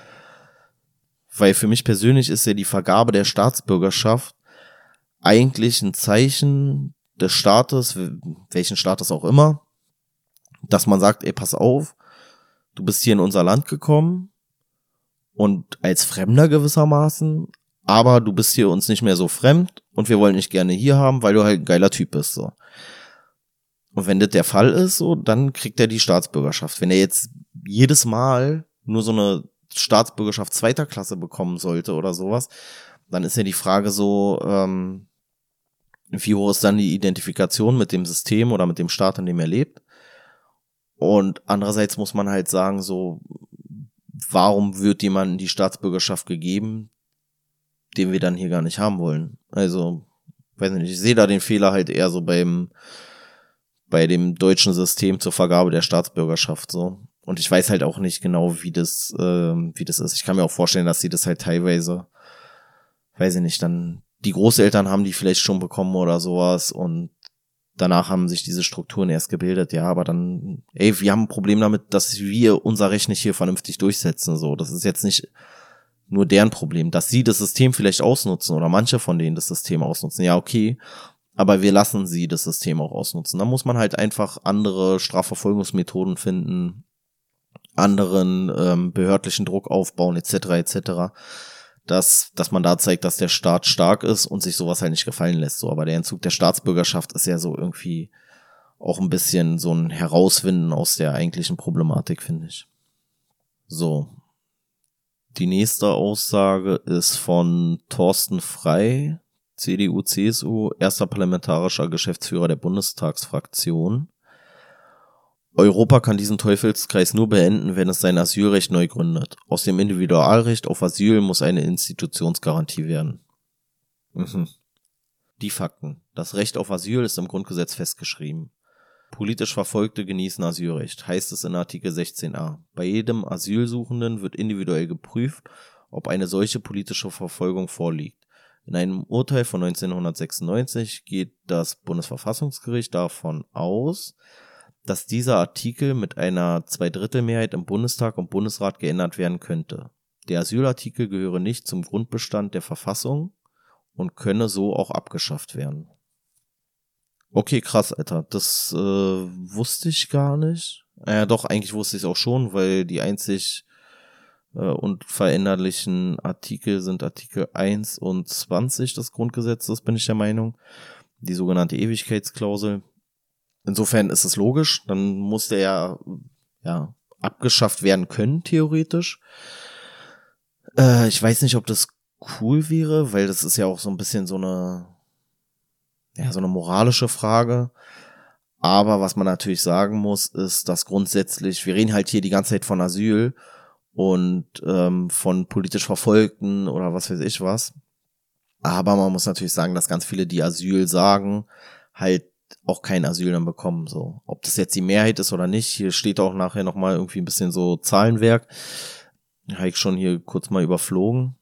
Weil für mich persönlich ist ja die Vergabe der Staatsbürgerschaft eigentlich ein Zeichen des Staates, welchen Staates auch immer, dass man sagt, ey, pass auf, du bist hier in unser Land gekommen und als Fremder gewissermaßen, aber du bist hier uns nicht mehr so fremd und wir wollen dich gerne hier haben, weil du halt ein geiler Typ bist, so. Und wenn das der Fall ist, so, dann kriegt er die Staatsbürgerschaft. Wenn er jetzt jedes Mal nur so eine Staatsbürgerschaft zweiter Klasse bekommen sollte oder sowas, dann ist ja die Frage so, ähm, wie hoch ist dann die Identifikation mit dem System oder mit dem Staat, in dem er lebt? Und andererseits muss man halt sagen, so, warum wird jemandem die Staatsbürgerschaft gegeben, den wir dann hier gar nicht haben wollen? Also, weiß nicht, ich sehe da den Fehler halt eher so beim bei dem deutschen System zur Vergabe der Staatsbürgerschaft, so. Und ich weiß halt auch nicht genau, wie das, äh, wie das ist. Ich kann mir auch vorstellen, dass sie das halt teilweise, weiß ich nicht, dann die Großeltern haben die vielleicht schon bekommen oder sowas und danach haben sich diese Strukturen erst gebildet, ja, aber dann, ey, wir haben ein Problem damit, dass wir unser Recht nicht hier vernünftig durchsetzen, so. Das ist jetzt nicht nur deren Problem, dass sie das System vielleicht ausnutzen oder manche von denen das System ausnutzen, ja, okay. Aber wir lassen sie das System auch ausnutzen. Da muss man halt einfach andere Strafverfolgungsmethoden finden, anderen ähm, behördlichen Druck aufbauen, et cetera et cetera, dass dass man da zeigt, dass der Staat stark ist und sich sowas halt nicht gefallen lässt. So, aber der Entzug der Staatsbürgerschaft ist ja so irgendwie auch ein bisschen so ein Herauswinden aus der eigentlichen Problematik, finde ich. So. Die nächste Aussage ist von Thorsten Frey, C D U C S U, erster parlamentarischer Geschäftsführer der Bundestagsfraktion. Europa kann diesen Teufelskreis nur beenden, wenn es sein Asylrecht neu gründet. Aus dem Individualrecht auf Asyl muss eine Institutionsgarantie werden. Mhm. Die Fakten. Das Recht auf Asyl ist im Grundgesetz festgeschrieben. Politisch Verfolgte genießen Asylrecht, heißt es in Artikel sechzehn a. Bei jedem Asylsuchenden wird individuell geprüft, ob eine solche politische Verfolgung vorliegt. In einem Urteil von neunzehnhundertsechsundneunzig geht das Bundesverfassungsgericht davon aus, dass dieser Artikel mit einer Zweidrittelmehrheit im Bundestag und Bundesrat geändert werden könnte. Der Asylartikel gehöre nicht zum Grundbestand der Verfassung und könne so auch abgeschafft werden. Okay, krass, Alter. Das äh, wusste ich gar nicht. Äh, doch, eigentlich wusste ich es auch schon, weil die einzig äh, unveränderlichen Artikel sind Artikel eins und zwanzig des Grundgesetzes, bin ich der Meinung. Die sogenannte Ewigkeitsklausel. Insofern ist es logisch, dann muss der ja, ja abgeschafft werden können, theoretisch. Äh, ich weiß nicht, ob das cool wäre, weil das ist ja auch so ein bisschen so eine, ja, so eine moralische Frage. Aber was man natürlich sagen muss, ist, dass grundsätzlich, wir reden halt hier die ganze Zeit von Asyl und ähm, von politisch Verfolgten oder was weiß ich was. Aber man muss natürlich sagen, dass ganz viele, die Asyl sagen, halt auch kein Asyl dann bekommen. So, ob das jetzt die Mehrheit ist oder nicht, hier steht auch nachher nochmal irgendwie ein bisschen so Zahlenwerk. Habe ich schon hier kurz mal überflogen.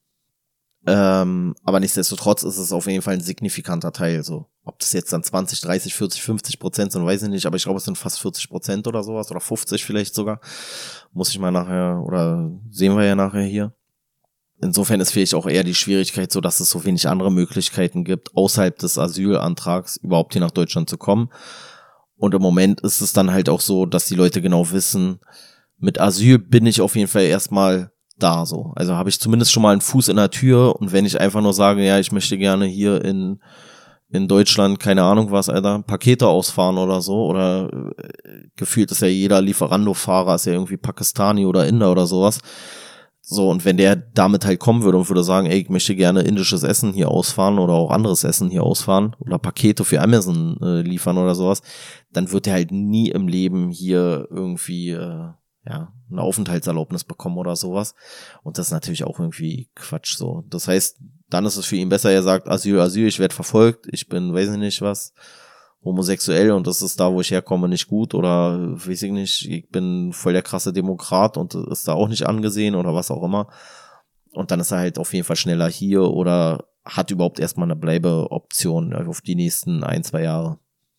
Ähm, aber nichtsdestotrotz ist es auf jeden Fall ein signifikanter Teil. So, ob das jetzt dann zwanzig, dreißig, vierzig, fünfzig Prozent sind, weiß ich nicht. Aber ich glaube, es sind fast vierzig Prozent oder sowas oder fünfzig vielleicht sogar. Muss ich mal nachher oder sehen wir ja nachher hier. Insofern ist vielleicht auch eher die Schwierigkeit so, dass es so wenig andere Möglichkeiten gibt, außerhalb des Asylantrags überhaupt hier nach Deutschland zu kommen. Und im Moment ist es dann halt auch so, dass die Leute genau wissen, mit Asyl bin ich auf jeden Fall erstmal da so. Also habe ich zumindest schon mal einen Fuß in der Tür und wenn ich einfach nur sage, ja, ich möchte gerne hier in in Deutschland, keine Ahnung was, Alter, Pakete ausfahren oder so oder äh, gefühlt ist ja jeder Lieferando-Fahrer ist ja irgendwie Pakistani oder Inder oder sowas. So, und wenn der damit halt kommen würde und würde sagen, ey, ich möchte gerne indisches Essen hier ausfahren oder auch anderes Essen hier ausfahren oder Pakete für Amazon äh, liefern oder sowas, dann wird er halt nie im Leben hier irgendwie äh, ja eine Aufenthaltserlaubnis bekommen oder sowas. Und das ist natürlich auch irgendwie Quatsch so. Das heißt, dann ist es für ihn besser, er sagt, Asyl, Asyl, ich werde verfolgt, ich bin, weiß ich nicht was, homosexuell und das ist da, wo ich herkomme, nicht gut oder weiß ich nicht, ich bin voll der krasse Demokrat und ist da auch nicht angesehen oder was auch immer. Und dann ist er halt auf jeden Fall schneller hier oder hat überhaupt erstmal eine Bleibeoption auf die nächsten ein, zwei Jahre.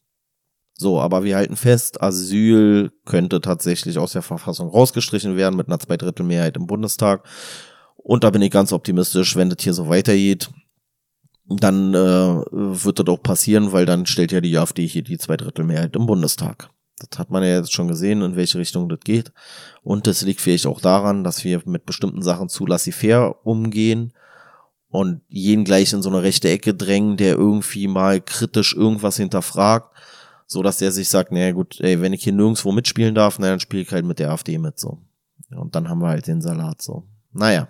So, aber wir halten fest, Asyl könnte tatsächlich aus der Verfassung rausgestrichen werden mit einer Zweidrittelmehrheit im Bundestag. Und da bin ich ganz optimistisch, wenn das hier so weitergeht, dann äh, wird das auch passieren, weil dann stellt ja die AfD hier die Zweidrittelmehrheit im Bundestag. Das hat man ja jetzt schon gesehen, in welche Richtung das geht. Und das liegt vielleicht auch daran, dass wir mit bestimmten Sachen zu laissez-faire umgehen und jeden gleich in so eine rechte Ecke drängen, der irgendwie mal kritisch irgendwas hinterfragt, so dass der sich sagt, naja gut, ey, wenn ich hier nirgendwo mitspielen darf, na, dann spiele ich halt mit der AfD mit, so. Und dann haben wir halt den Salat, so. Naja.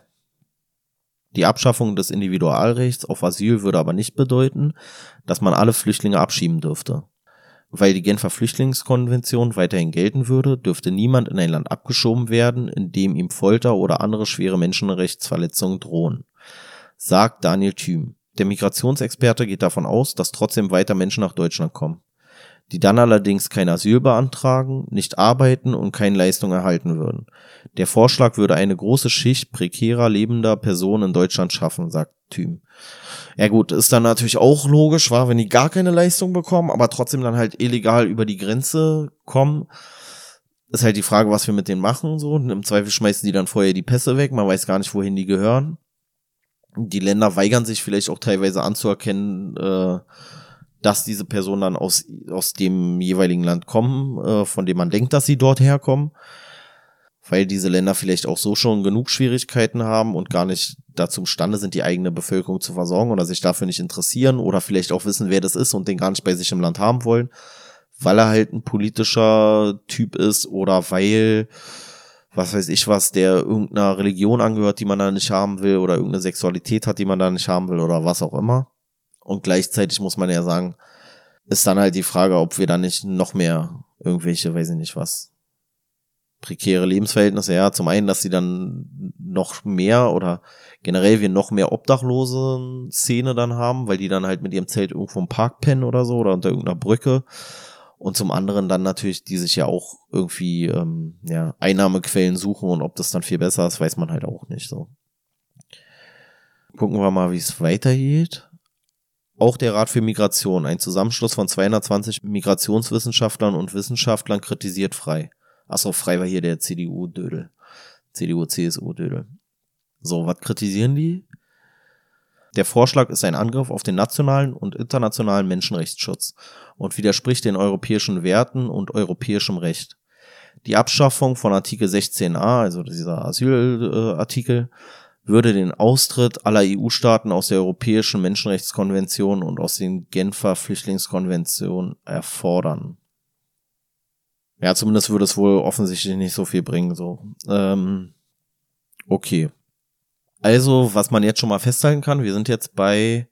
Die Abschaffung des Individualrechts auf Asyl würde aber nicht bedeuten, dass man alle Flüchtlinge abschieben dürfte. Weil die Genfer Flüchtlingskonvention weiterhin gelten würde, dürfte niemand in ein Land abgeschoben werden, in dem ihm Folter oder andere schwere Menschenrechtsverletzungen drohen, sagt Daniel Thüm. Der Migrationsexperte geht davon aus, dass trotzdem weiter Menschen nach Deutschland kommen, die dann allerdings kein Asyl beantragen, nicht arbeiten und keine Leistung erhalten würden. Der Vorschlag würde eine große Schicht prekärer lebender Personen in Deutschland schaffen, sagt Thüm. Ja gut, ist dann natürlich auch logisch, war, wenn die gar keine Leistung bekommen, aber trotzdem dann halt illegal über die Grenze kommen, ist halt die Frage, was wir mit denen machen, so. Und im Zweifel schmeißen die dann vorher die Pässe weg, man weiß gar nicht, wohin die gehören. Die Länder weigern sich vielleicht auch teilweise anzuerkennen, äh, dass diese Personen dann aus, aus dem jeweiligen Land kommen, äh, von dem man denkt, dass sie dort herkommen, weil diese Länder vielleicht auch so schon genug Schwierigkeiten haben und gar nicht dazu imstande sind, die eigene Bevölkerung zu versorgen oder sich dafür nicht interessieren oder vielleicht auch wissen, wer das ist und den gar nicht bei sich im Land haben wollen, weil er halt ein politischer Typ ist oder weil, was weiß ich was, der irgendeiner Religion angehört, die man da nicht haben will oder irgendeine Sexualität hat, die man da nicht haben will oder was auch immer. Und gleichzeitig muss man ja sagen, ist dann halt die Frage, ob wir da nicht noch mehr irgendwelche, weiß ich nicht was, prekäre Lebensverhältnisse, ja, zum einen, dass sie dann noch mehr oder generell wir noch mehr obdachlose Szene dann haben, weil die dann halt mit ihrem Zelt irgendwo im Park pennen oder so oder unter irgendeiner Brücke und zum anderen dann natürlich, die sich ja auch irgendwie ähm, ja, Einnahmequellen suchen und ob das dann viel besser ist, weiß man halt auch nicht so. Gucken wir mal, wie es weitergeht. Auch der Rat für Migration, ein Zusammenschluss von zweihundertzwanzig Migrationswissenschaftlern und Wissenschaftlern, kritisiert Frei. Achso, Frei war hier der C D U-Dödel. C D U-C S U-Dödel. So, was kritisieren die? Der Vorschlag ist ein Angriff auf den nationalen und internationalen Menschenrechtsschutz und widerspricht den europäischen Werten und europäischem Recht. Die Abschaffung von Artikel sechzehn a, also dieser Asylartikel, würde den Austritt aller E U-Staaten aus der Europäischen Menschenrechtskonvention und aus den Genfer Flüchtlingskonventionen erfordern. Ja, zumindest würde es wohl offensichtlich nicht so viel bringen, so. Ähm, okay. Also, was man jetzt schon mal festhalten kann, wir sind jetzt bei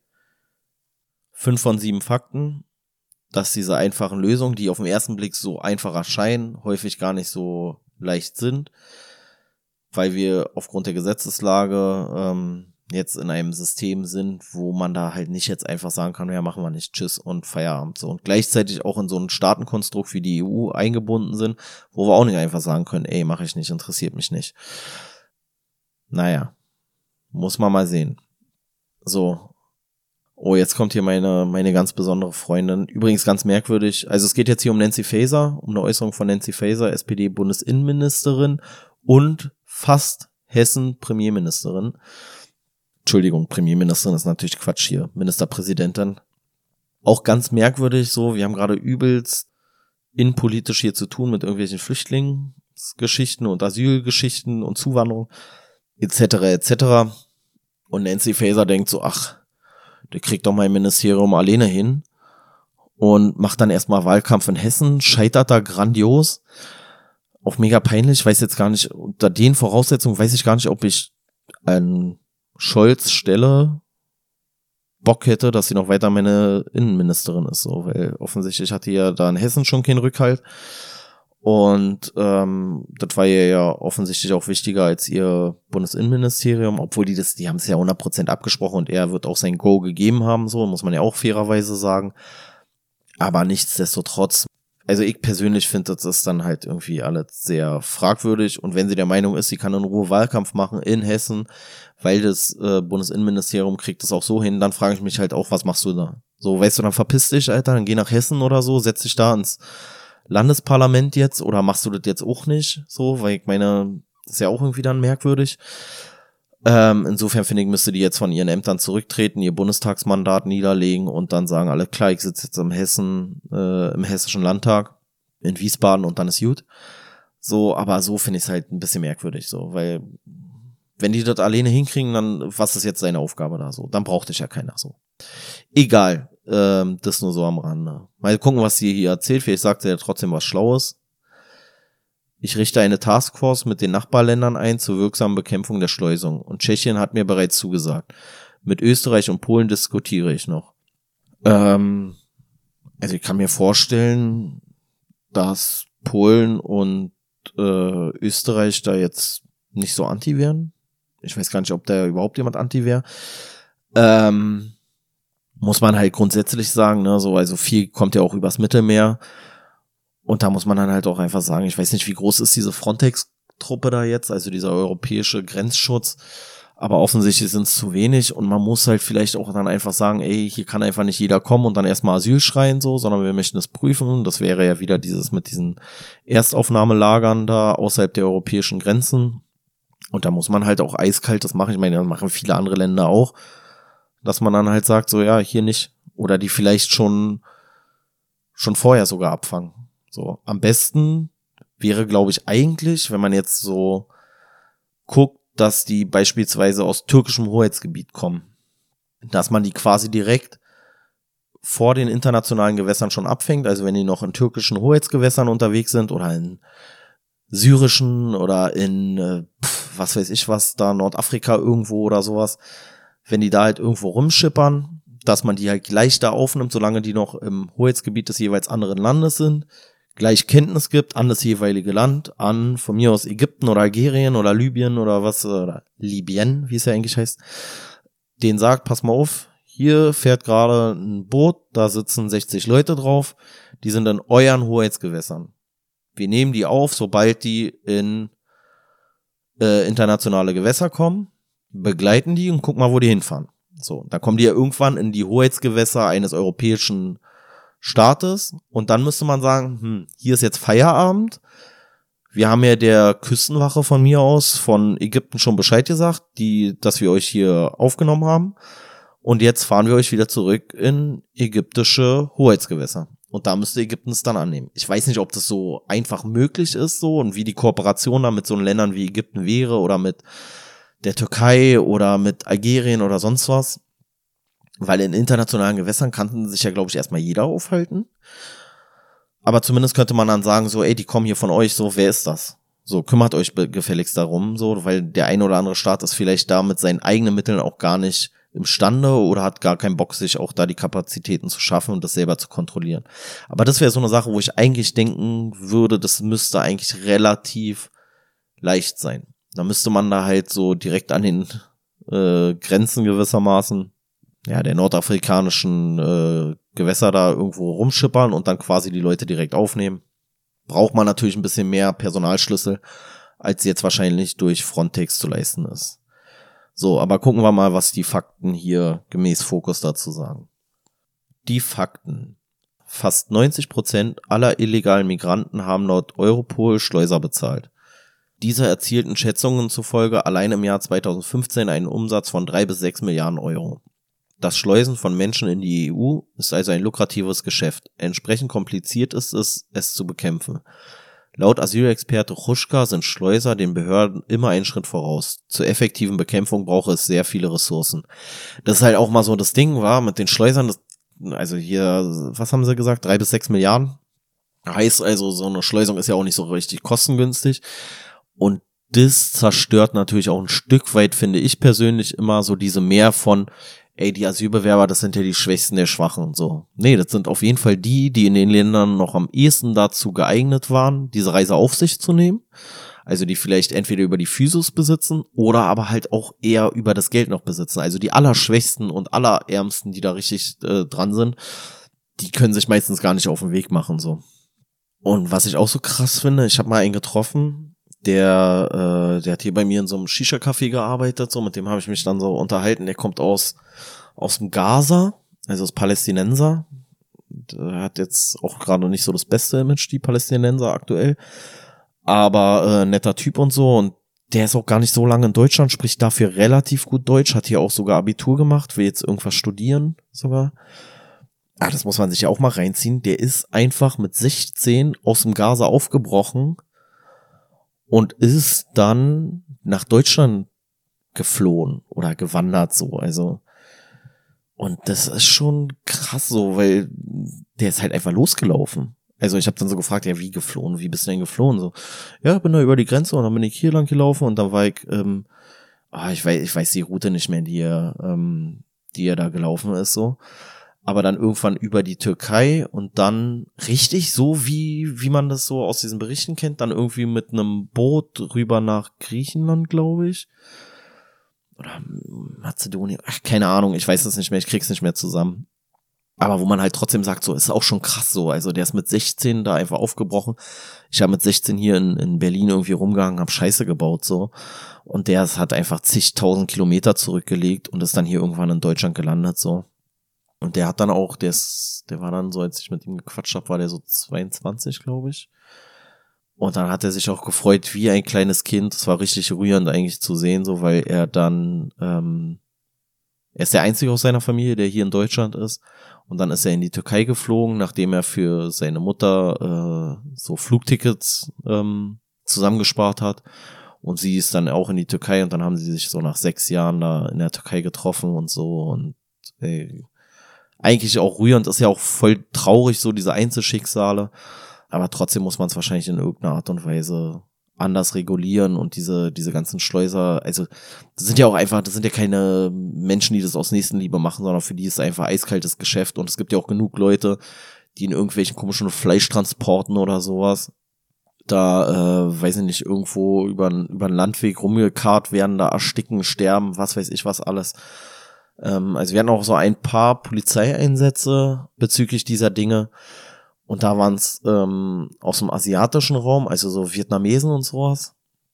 fünf von sieben Fakten, dass diese einfachen Lösungen, die auf den ersten Blick so einfach erscheinen, häufig gar nicht so leicht sind, weil wir aufgrund der Gesetzeslage ähm, jetzt in einem System sind, wo man da halt nicht jetzt einfach sagen kann, ja, machen wir nicht, tschüss und Feierabend. So. Und gleichzeitig auch in so ein Staatenkonstrukt wie die E U eingebunden sind, wo wir auch nicht einfach sagen können, ey, mache ich nicht, interessiert mich nicht. Naja, muss man mal sehen. So. Oh, jetzt kommt hier meine meine ganz besondere Freundin. Übrigens ganz merkwürdig. Also es geht jetzt hier um Nancy Faeser, um eine Äußerung von Nancy Faeser, S P D-Bundesinnenministerin und fast Hessen-Premierministerin. Entschuldigung, Premierministerin ist natürlich Quatsch hier. Ministerpräsidentin. Auch ganz merkwürdig so. Wir haben gerade übelst innenpolitisch hier zu tun mit irgendwelchen Flüchtlingsgeschichten und Asylgeschichten und Zuwanderung et cetera et cetera. Und Nancy Faeser denkt so, ach, der kriegt doch mein Ministerium alleine hin und macht dann erstmal Wahlkampf in Hessen, scheitert da grandios, auch mega peinlich, ich weiß jetzt gar nicht, unter den Voraussetzungen weiß ich gar nicht, ob ich an Scholz Stelle Bock hätte, dass sie noch weiter meine Innenministerin ist, so, weil offensichtlich hat die ja da in Hessen schon keinen Rückhalt. Und ähm, das war ihr ja offensichtlich auch wichtiger als ihr Bundesinnenministerium, obwohl die das, die haben es ja hundert Prozent abgesprochen und er wird auch sein Go gegeben haben, so muss man ja auch fairerweise sagen. Aber nichtsdestotrotz, also ich persönlich finde, das ist dann halt irgendwie alles sehr fragwürdig. Und wenn sie der Meinung ist, sie kann in Ruhe Wahlkampf machen in Hessen, weil das äh, Bundesinnenministerium kriegt das auch so hin, dann frage ich mich halt auch, was machst du da? So, weißt du, dann verpiss dich, Alter, dann geh nach Hessen oder so, setz dich da ins Landesparlament jetzt oder machst du das jetzt auch nicht so, weil ich meine, das ist ja auch irgendwie dann merkwürdig. Ähm, insofern finde ich, müsste die jetzt von ihren Ämtern zurücktreten, ihr Bundestagsmandat niederlegen und dann sagen alle, klar, ich sitze jetzt im Hessen, äh, im Hessischen Landtag in Wiesbaden und dann ist gut. So, aber so finde ich es halt ein bisschen merkwürdig, so, weil wenn die das alleine hinkriegen, dann was ist jetzt seine Aufgabe da so? Dann braucht dich ja keiner so. Egal. Ähm, das nur so am Rande. Mal gucken, was sie hier erzählt. Vielleicht sagt er ja trotzdem was Schlaues. Ich richte eine Taskforce mit den Nachbarländern ein zur wirksamen Bekämpfung der Schleusung. Und Tschechien hat mir bereits zugesagt. Mit Österreich und Polen diskutiere ich noch. Ähm, also ich kann mir vorstellen, dass Polen und äh, Österreich da jetzt nicht so anti wären. Ich weiß gar nicht, ob da überhaupt jemand anti wäre. Ähm, muss man halt grundsätzlich sagen, ne, so, also viel kommt ja auch übers Mittelmeer und da muss man dann halt auch einfach sagen, ich weiß nicht, wie groß ist diese Frontex-Truppe da jetzt, also dieser europäische Grenzschutz, aber offensichtlich sind es zu wenig und man muss halt vielleicht auch dann einfach sagen, ey, hier kann einfach nicht jeder kommen und dann erstmal Asyl schreien, so, sondern wir möchten es prüfen, das wäre ja wieder dieses mit diesen Erstaufnahmelagern da außerhalb der europäischen Grenzen und da muss man halt auch eiskalt das machen, ich meine, das machen viele andere Länder auch, dass man dann halt sagt, so ja, hier nicht. Oder die vielleicht schon schon vorher sogar abfangen. So, am besten wäre, glaube ich, eigentlich, wenn man jetzt so guckt, dass die beispielsweise aus türkischem Hoheitsgebiet kommen, dass man die quasi direkt vor den internationalen Gewässern schon abfängt. Also wenn die noch in türkischen Hoheitsgewässern unterwegs sind oder in syrischen oder in, äh, pf, was weiß ich was, da Nordafrika irgendwo oder sowas, wenn die da halt irgendwo rumschippern, dass man die halt gleich da aufnimmt, solange die noch im Hoheitsgebiet des jeweils anderen Landes sind, gleich Kenntnis gibt an das jeweilige Land, an von mir aus Ägypten oder Algerien oder Libyen oder was, oder Libyen, wie es ja eigentlich heißt, denen sagt, pass mal auf, hier fährt gerade ein Boot, da sitzen sechzig Leute drauf, die sind in euren Hoheitsgewässern. Wir nehmen die auf, sobald die in äh, internationale Gewässer kommen, begleiten die und guck mal, wo die hinfahren. So, da kommen die ja irgendwann in die Hoheitsgewässer eines europäischen Staates und dann müsste man sagen, hm, hier ist jetzt Feierabend. Wir haben ja der Küstenwache von mir aus von Ägypten schon Bescheid gesagt, die, dass wir euch hier aufgenommen haben und jetzt fahren wir euch wieder zurück in ägyptische Hoheitsgewässer. Und da müsste Ägypten es dann annehmen. Ich weiß nicht, ob das so einfach möglich ist so und wie die Kooperation da mit so Ländern wie Ägypten wäre oder mit der Türkei oder mit Algerien oder sonst was. Weil in internationalen Gewässern kann sich ja, glaube ich, erstmal jeder aufhalten. Aber zumindest könnte man dann sagen, so, ey, die kommen hier von euch, so, wer ist das? So, kümmert euch gefälligst darum, so, weil der eine oder andere Staat ist vielleicht da mit seinen eigenen Mitteln auch gar nicht imstande oder hat gar keinen Bock, sich auch da die Kapazitäten zu schaffen und das selber zu kontrollieren. Aber das wäre so eine Sache, wo ich eigentlich denken würde, das müsste eigentlich relativ leicht sein. Da müsste man da halt so direkt an den äh, Grenzen gewissermaßen, ja, der nordafrikanischen äh, Gewässer da irgendwo rumschippern und dann quasi die Leute direkt aufnehmen. Braucht man natürlich ein bisschen mehr Personalschlüssel, als jetzt wahrscheinlich durch Frontex zu leisten ist. So, aber gucken wir mal, was die Fakten hier gemäß Fokus dazu sagen. Die Fakten. Fast neunzig Prozent aller illegalen Migranten haben laut Europol Schleuser bezahlt. Diese erzielten Schätzungen zufolge allein im Jahr zweitausendfünfzehn einen Umsatz von drei bis sechs Milliarden Euro. Das Schleusen von Menschen in die E U ist also ein lukratives Geschäft. Entsprechend kompliziert ist es, es zu bekämpfen. Laut Asylexperte Hruschka sind Schleuser den Behörden immer einen Schritt voraus. Zur effektiven Bekämpfung brauche es sehr viele Ressourcen. Das ist halt auch mal so das Ding, war mit den Schleusern, das, also hier, was haben sie gesagt, drei bis sechs Milliarden? Heißt also, so eine Schleusung ist ja auch nicht so richtig kostengünstig. Und das zerstört natürlich auch ein Stück weit, finde ich persönlich, immer so diese Mehr von, ey, die Asylbewerber, das sind ja die Schwächsten der Schwachen und so. Nee, das sind auf jeden Fall die, die in den Ländern noch am ehesten dazu geeignet waren, diese Reise auf sich zu nehmen. Also die vielleicht entweder über die Physis besitzen oder aber halt auch eher über das Geld noch besitzen. Also die Allerschwächsten und Allerärmsten, die da richtig äh, dran sind, die können sich meistens gar nicht auf den Weg machen, so. Und was ich auch so krass finde, ich habe mal einen getroffen, der äh, der hat hier bei mir in so einem Shisha-Café gearbeitet, so, mit dem habe ich mich dann so unterhalten. Der kommt aus aus dem Gaza, also ist Palästinenser. Der hat jetzt auch gerade nicht so das beste Image, die Palästinenser aktuell, aber äh, netter Typ und so, und der ist auch gar nicht so lange in Deutschland, spricht dafür relativ gut Deutsch, hat hier auch sogar Abitur gemacht, will jetzt irgendwas studieren sogar. Ah, das muss man sich ja auch mal reinziehen. Der ist einfach mit sechzehn aus dem Gaza aufgebrochen und ist dann nach Deutschland geflohen oder gewandert, so, also. Und das ist schon krass so, weil der ist halt einfach losgelaufen. Also ich habe dann so gefragt, ja, wie geflohen, wie bist du denn geflohen? So, ja, bin da über die Grenze und dann bin ich hier lang gelaufen und dann war ich, ähm, ah, ich weiß, ich weiß die Route nicht mehr, die er, ähm, die er da gelaufen ist, so. Aber dann irgendwann über die Türkei und dann richtig so, wie wie man das so aus diesen Berichten kennt, dann irgendwie mit einem Boot rüber nach Griechenland, glaube ich. Oder Mazedonien, ach, keine Ahnung, ich weiß es nicht mehr, ich krieg's nicht mehr zusammen. Aber wo man halt trotzdem sagt, so, ist auch schon krass so, also der ist mit sechzehn da einfach aufgebrochen. Ich habe mit sechzehn hier in, in Berlin irgendwie rumgehangen, hab Scheiße gebaut, so. Und der hat einfach zigtausend Kilometer zurückgelegt und ist dann hier irgendwann in Deutschland gelandet, so. Und der hat dann auch, der ist, der war dann so, als ich mit ihm gequatscht habe, war der so zweiundzwanzig, glaube ich. Und dann hat er sich auch gefreut wie ein kleines Kind. Das war richtig rührend eigentlich zu sehen, so, weil er dann, ähm, er ist der Einzige aus seiner Familie, der hier in Deutschland ist. Und dann ist er in die Türkei geflogen, nachdem er für seine Mutter äh, so Flugtickets ähm, zusammengespart hat. Und sie ist dann auch in die Türkei und dann haben sie sich so nach sechs Jahren da in der Türkei getroffen und so. Und ey, eigentlich auch rührend, ist ja auch voll traurig, so diese Einzelschicksale. Aber trotzdem muss man es wahrscheinlich in irgendeiner Art und Weise anders regulieren und diese diese ganzen Schleuser, also das sind ja auch einfach, das sind ja keine Menschen, die das aus Nächstenliebe machen, sondern für die ist es einfach eiskaltes Geschäft und es gibt ja auch genug Leute, die in irgendwelchen komischen Fleischtransporten oder sowas da, äh, weiß ich nicht, irgendwo über über einen Landweg rumgekarrt werden, da ersticken, sterben, was weiß ich was alles. Ähm, also wir hatten auch so ein paar Polizeieinsätze bezüglich dieser Dinge. Und da waren es ähm, aus dem asiatischen Raum, also so Vietnamesen und sowas.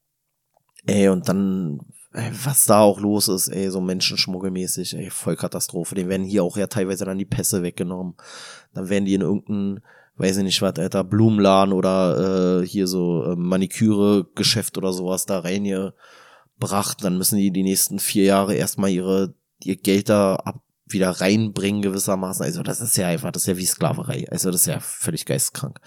Ey, und dann, ey, was da auch los ist, ey, so menschenschmuggelmäßig, ey, voll Katastrophe. Denen werden hier auch ja teilweise dann die Pässe weggenommen. Dann werden die in irgendein, weiß ich nicht was, Alter, Blumenladen oder äh, hier so äh, Maniküre-Geschäft oder sowas da reingebracht. Dann müssen die die nächsten vier Jahre erstmal ihre ihr Geld da ab wieder reinbringen gewissermaßen. Also das ist ja einfach, das ist ja wie Sklaverei. Also das ist ja völlig geisteskrank.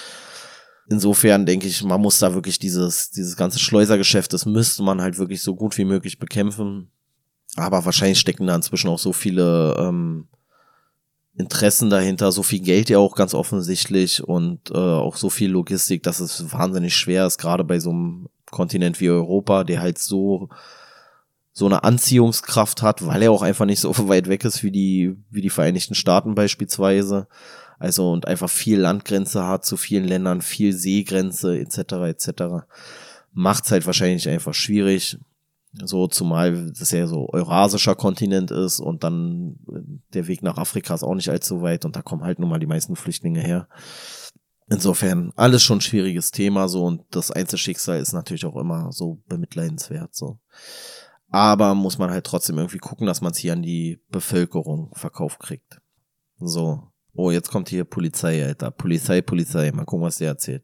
Insofern denke ich, man muss da wirklich dieses dieses ganze Schleusergeschäft, das müsste man halt wirklich so gut wie möglich bekämpfen. Aber wahrscheinlich stecken da inzwischen auch so viele ähm, Interessen dahinter, so viel Geld ja auch ganz offensichtlich und äh, auch so viel Logistik, dass es wahnsinnig schwer ist, gerade bei so einem Kontinent wie Europa, der halt so so eine Anziehungskraft hat, weil er auch einfach nicht so weit weg ist wie die wie die Vereinigten Staaten beispielsweise. Also und einfach viel Landgrenze hat zu vielen Ländern, viel Seegrenze et cetera et cetera. Macht's halt wahrscheinlich einfach schwierig. So, zumal das ja so eurasischer Kontinent ist und dann der Weg nach Afrika ist auch nicht allzu weit und da kommen halt nun mal die meisten Flüchtlinge her. Insofern alles schon ein schwieriges Thema so und das Einzelschicksal ist natürlich auch immer so bemitleidenswert so. Aber muss man halt trotzdem irgendwie gucken, dass man es hier an die Bevölkerung verkauft kriegt. So, oh, jetzt kommt hier Polizei, Alter. Polizei, Polizei. Mal gucken, was der erzählt.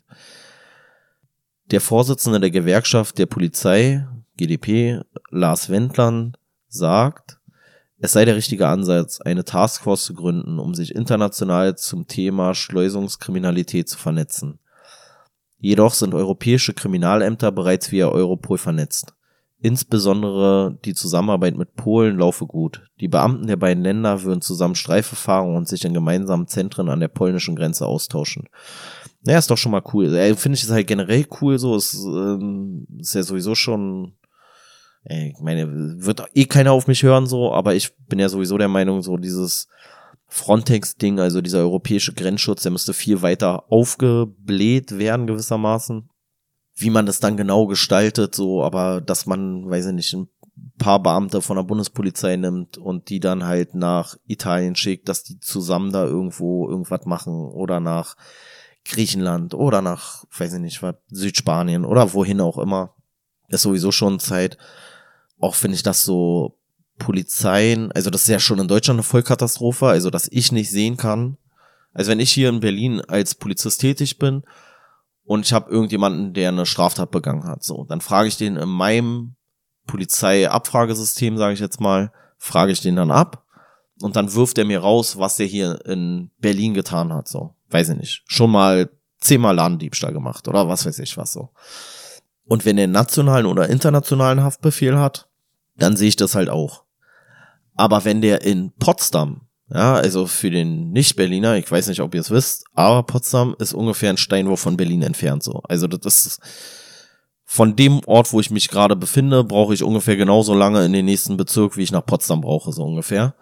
Der Vorsitzende der Gewerkschaft der Polizei, G D P, Lars Wendland, sagt, es sei der richtige Ansatz, eine Taskforce zu gründen, um sich international zum Thema Schleusungskriminalität zu vernetzen. Jedoch sind europäische Kriminalämter bereits via Europol vernetzt. Insbesondere die Zusammenarbeit mit Polen laufe gut. Die Beamten der beiden Länder würden zusammen Streife fahren und sich in gemeinsamen Zentren an der polnischen Grenze austauschen. Naja, ist doch schon mal cool. Äh, Finde ich es halt generell cool so. Es ähm, ist ja sowieso schon, äh, ich meine, wird eh keiner auf mich hören so, aber ich bin ja sowieso der Meinung, so dieses Frontex-Ding, also dieser europäische Grenzschutz, der müsste viel weiter aufgebläht werden gewissermaßen. Wie man das dann genau gestaltet, so, aber dass man, weiß ich nicht, ein paar Beamte von der Bundespolizei nimmt und die dann halt nach Italien schickt, dass die zusammen da irgendwo irgendwas machen oder nach Griechenland oder nach, weiß ich nicht, was, Südspanien oder wohin auch immer, ist sowieso schon Zeit. Auch finde ich das so Polizeien, also das ist ja schon in Deutschland eine Vollkatastrophe, also dass ich nicht sehen kann, also wenn ich hier in Berlin als Polizist tätig bin und ich habe irgendjemanden, der eine Straftat begangen hat, so, dann frage ich den in meinem Polizeiabfragesystem, sage ich jetzt mal, frage ich den dann ab und dann wirft er mir raus, was der hier in Berlin getan hat, so, weiß ich nicht, schon mal zehnmal Ladendiebstahl gemacht oder was weiß ich was so. Und wenn er einen nationalen oder internationalen Haftbefehl hat, dann sehe ich das halt auch. Aber wenn der in Potsdam, ja, also für den Nicht-Berliner, ich weiß nicht, ob ihr es wisst, aber Potsdam ist ungefähr ein Steinwurf von Berlin entfernt, so. Also das ist, von dem Ort, wo ich mich gerade befinde, brauche ich ungefähr genauso lange in den nächsten Bezirk, wie ich nach Potsdam brauche, so ungefähr.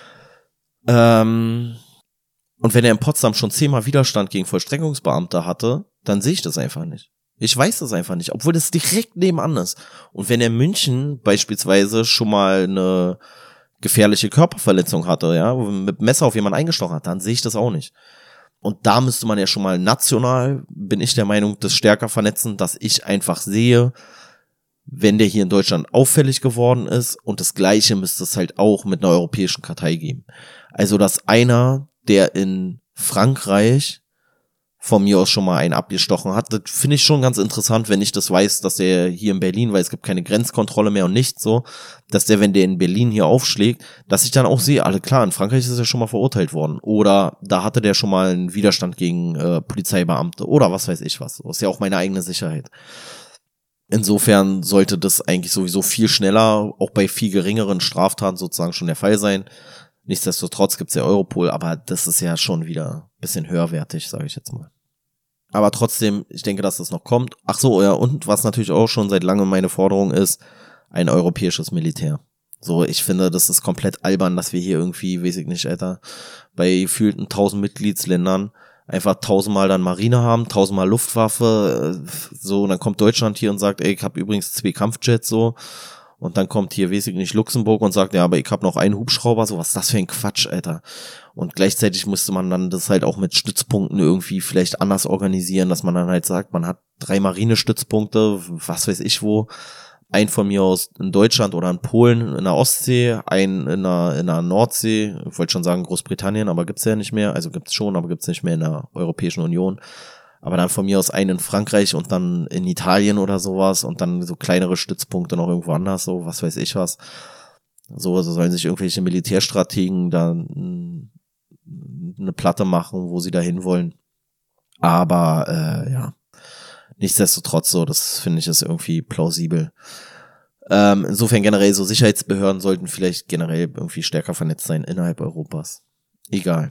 Ähm, und wenn er in Potsdam schon zehnmal Widerstand gegen Vollstreckungsbeamte hatte, dann sehe ich das einfach nicht. Ich weiß das einfach nicht, obwohl das direkt nebenan ist. Und wenn er in München beispielsweise schon mal eine gefährliche Körperverletzung hatte, ja, mit Messer auf jemanden eingestochen hat, dann sehe ich das auch nicht. Und da müsste man ja schon mal national, bin ich der Meinung, das stärker vernetzen, dass ich einfach sehe, wenn der hier in Deutschland auffällig geworden ist, und das Gleiche müsste es halt auch mit einer europäischen Kartei geben. Also, dass einer, der in Frankreich von mir aus schon mal einen abgestochen hat, das finde ich schon ganz interessant, wenn ich das weiß, dass der hier in Berlin, weil es gibt keine Grenzkontrolle mehr und nichts so, dass der, wenn der in Berlin hier aufschlägt, dass ich dann auch sehe, alle klar, in Frankreich ist er schon mal verurteilt worden oder da hatte der schon mal einen Widerstand gegen äh, Polizeibeamte oder was weiß ich was, so ist ja auch meine eigene Sicherheit. Insofern sollte das eigentlich sowieso viel schneller, auch bei viel geringeren Straftaten sozusagen schon der Fall sein. Nichtsdestotrotz gibt's ja Europol, aber das ist ja schon wieder ein bisschen höherwertig, sage ich jetzt mal. Aber trotzdem, ich denke, dass das noch kommt. Ach so, ja, und was natürlich auch schon seit langem meine Forderung ist, ein europäisches Militär. So, ich finde, das ist komplett albern, dass wir hier irgendwie, weiß ich nicht, Alter, bei gefühlten tausend Mitgliedsländern einfach tausendmal dann Marine haben, tausendmal Luftwaffe, so, und dann kommt Deutschland hier und sagt, ey, ich habe übrigens zwei Kampfjets, so. Und dann kommt hier, weiß ich nicht, Luxemburg und sagt, ja, aber ich habe noch einen Hubschrauber, so, was ist das für ein Quatsch, Alter. Und gleichzeitig musste man dann das halt auch mit Stützpunkten irgendwie vielleicht anders organisieren, dass man dann halt sagt, man hat drei Marinestützpunkte, was weiß ich wo, ein von mir aus in Deutschland oder in Polen, in der Ostsee, ein in der, in der Nordsee, ich wollte schon sagen Großbritannien, aber gibt's ja nicht mehr, also gibt's schon, aber gibt's nicht mehr in der Europäischen Union. Aber dann von mir aus einen in Frankreich und dann in Italien oder sowas und dann so kleinere Stützpunkte noch irgendwo anders, so was weiß ich was. So, also sollen sich irgendwelche Militärstrategen da eine Platte machen, wo sie da hinwollen. Aber äh, ja, nichtsdestotrotz so, das finde ich ist irgendwie plausibel. Ähm, insofern generell so Sicherheitsbehörden sollten vielleicht generell irgendwie stärker vernetzt sein innerhalb Europas. Egal.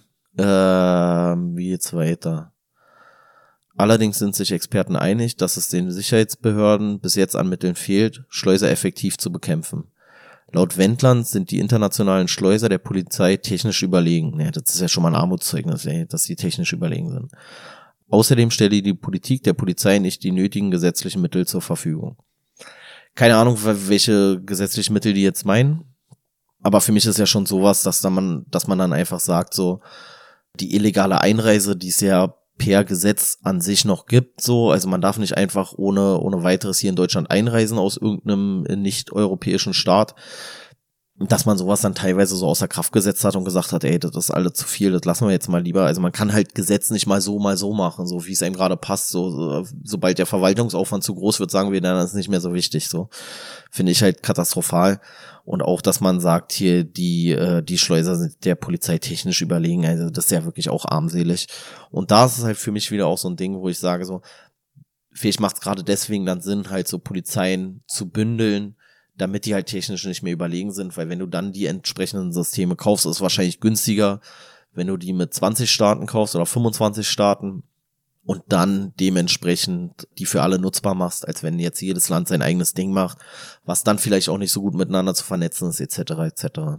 Ähm, wie geht's weiter? Allerdings sind sich Experten einig, dass es den Sicherheitsbehörden bis jetzt an Mitteln fehlt, Schleuser effektiv zu bekämpfen. Laut Wendland sind die internationalen Schleuser der Polizei technisch überlegen. Ja, das ist ja schon mal ein Armutszeugnis, dass sie technisch überlegen sind. Außerdem stelle die Politik der Polizei nicht die nötigen gesetzlichen Mittel zur Verfügung. Keine Ahnung, welche gesetzlichen Mittel die jetzt meinen, aber für mich ist ja schon sowas, dass da man, dass man dann einfach sagt, so die illegale Einreise, die es ja per Gesetz an sich noch gibt, so, also man darf nicht einfach ohne ohne weiteres hier in Deutschland einreisen aus irgendeinem nicht-europäischen Staat, dass man sowas dann teilweise so außer Kraft gesetzt hat und gesagt hat, ey, das ist alles zu viel, das lassen wir jetzt mal lieber. Also man kann halt Gesetz nicht mal so, mal so machen, so wie es einem gerade passt. So, so sobald der Verwaltungsaufwand zu groß wird, sagen wir, dann ist es nicht mehr so wichtig. So finde ich halt katastrophal. Und auch, dass man sagt, hier die äh, die Schleuser sind der Polizei technisch überlegen, also das ist ja wirklich auch armselig. Und da ist es halt für mich wieder auch so ein Ding, wo ich sage so, vielleicht macht es gerade deswegen dann Sinn, halt so Polizeien zu bündeln, damit die halt technisch nicht mehr überlegen sind, weil wenn du dann die entsprechenden Systeme kaufst, ist es wahrscheinlich günstiger, wenn du die mit zwanzig Staaten kaufst oder fünfundzwanzig Staaten und dann dementsprechend die für alle nutzbar machst, als wenn jetzt jedes Land sein eigenes Ding macht, was dann vielleicht auch nicht so gut miteinander zu vernetzen ist, et cetera et cetera.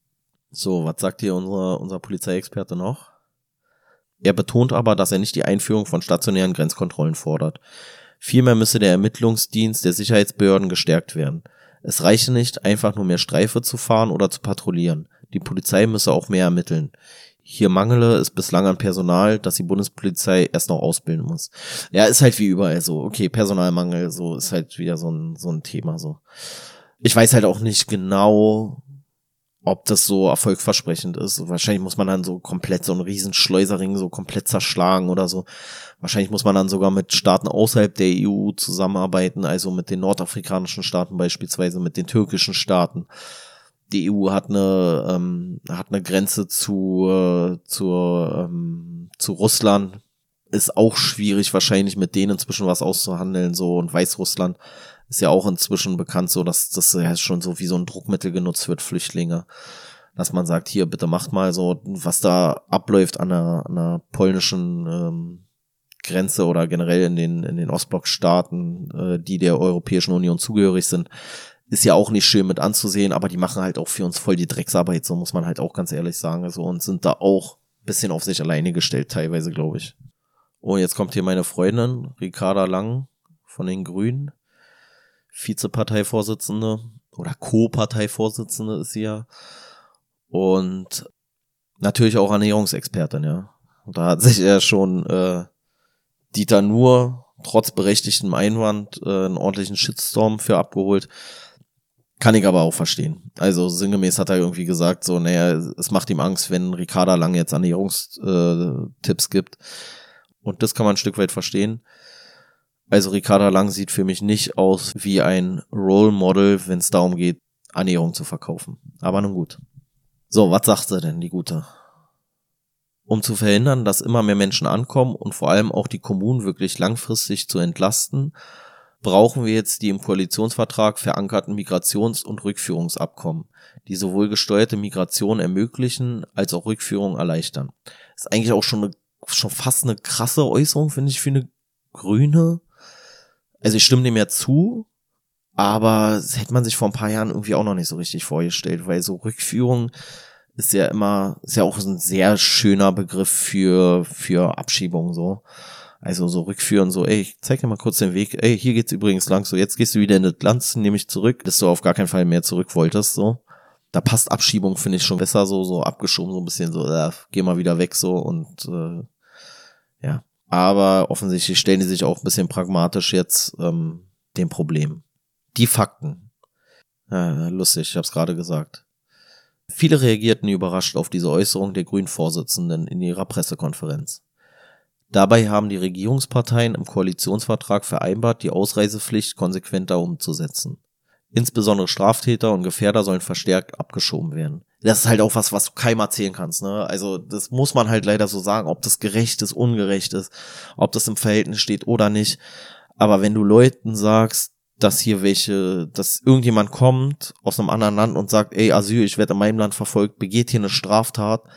So, was sagt hier unser, unser Polizeiexperte noch? Er betont aber, dass er nicht die Einführung von stationären Grenzkontrollen fordert. Vielmehr müsse der Ermittlungsdienst der Sicherheitsbehörden gestärkt werden. Es reiche nicht, einfach nur mehr Streife zu fahren oder zu patrouillieren. Die Polizei müsse auch mehr ermitteln. Hier mangele es bislang an Personal, das die Bundespolizei erst noch ausbilden muss. Ja, ist halt wie überall so. Okay, Personalmangel, so ist halt wieder so ein, so ein Thema, so. Ich weiß halt auch nicht genau, ob das so erfolgversprechend ist. Wahrscheinlich muss man dann so komplett so einen riesen Schleuserring so komplett zerschlagen oder so. Wahrscheinlich muss man dann sogar mit Staaten außerhalb der E U zusammenarbeiten, also mit den nordafrikanischen Staaten beispielsweise, mit den türkischen Staaten. Die E U hat eine ähm, hat eine Grenze zu äh, zur ähm, zu Russland. Ist auch schwierig wahrscheinlich mit denen inzwischen was auszuhandeln, so, und Weißrussland ist ja auch inzwischen bekannt, so dass das ja schon so wie so ein Druckmittel genutzt wird, Flüchtlinge, dass man sagt, hier bitte macht mal so, was da abläuft an einer, an einer polnischen ähm, Grenze oder generell in den in den Ostblockstaaten, äh, die der Europäischen Union zugehörig sind, ist ja auch nicht schön mit anzusehen, aber die machen halt auch für uns voll die Drecksarbeit, so muss man halt auch ganz ehrlich sagen, so, und sind da auch ein bisschen auf sich alleine gestellt teilweise, glaube ich. Oh, jetzt kommt hier meine Freundin, Ricarda Lang von den Grünen, Vizeparteivorsitzende oder Co-Parteivorsitzende ist sie ja, und natürlich auch Ernährungsexpertin, ja. Und da hat sich ja schon äh, Dieter Nuhr trotz berechtigtem Einwand äh, einen ordentlichen Shitstorm für abgeholt. Kann ich aber auch verstehen. Also sinngemäß hat er irgendwie gesagt, so, naja, es macht ihm Angst, wenn Ricarda Lang jetzt Ernährungstipps gibt. Und das kann man ein Stück weit verstehen. Also Ricarda Lang sieht für mich nicht aus wie ein Role Model, wenn es darum geht, Ernährung zu verkaufen. Aber nun gut. So, was sagt sie denn, die Gute? Um zu verhindern, dass immer mehr Menschen ankommen und vor allem auch die Kommunen wirklich langfristig zu entlasten, brauchen wir jetzt die im Koalitionsvertrag verankerten Migrations- und Rückführungsabkommen, die sowohl gesteuerte Migration ermöglichen, als auch Rückführung erleichtern. Das ist eigentlich auch schon, eine, schon fast eine krasse Äußerung, finde ich, für eine Grüne. Also ich stimme dem ja zu, aber das hätte man sich vor ein paar Jahren irgendwie auch noch nicht so richtig vorgestellt, weil so Rückführung ist ja immer, ist ja auch ein sehr schöner Begriff für, für Abschiebung, so. Also so rückführen, so, ey, ich zeig dir mal kurz den Weg, ey, hier geht's übrigens lang, so, jetzt gehst du wieder in das Land, nehme ich zurück, dass du auf gar keinen Fall mehr zurück wolltest, so. Da passt Abschiebung, finde ich, schon besser, so, so abgeschoben, so ein bisschen so, äh, geh mal wieder weg, so, und, äh, ja. Aber offensichtlich stellen die sich auch ein bisschen pragmatisch jetzt, ähm, dem Problem. Die Fakten. Ja, lustig, ich hab's gerade gesagt. Viele reagierten überrascht auf diese Äußerung der Grünen-Vorsitzenden in ihrer Pressekonferenz. Dabei haben die Regierungsparteien im Koalitionsvertrag vereinbart, die Ausreisepflicht konsequenter umzusetzen. Insbesondere Straftäter und Gefährder sollen verstärkt abgeschoben werden. Das ist halt auch was, was du keinem erzählen kannst, ne? Also das muss man halt leider so sagen, ob das gerecht ist, ungerecht ist, ob das im Verhältnis steht oder nicht. Aber wenn du Leuten sagst, dass hier welche, dass irgendjemand kommt aus einem anderen Land und sagt, ey, Asyl, ich werde in meinem Land verfolgt, begeht hier eine Straftat,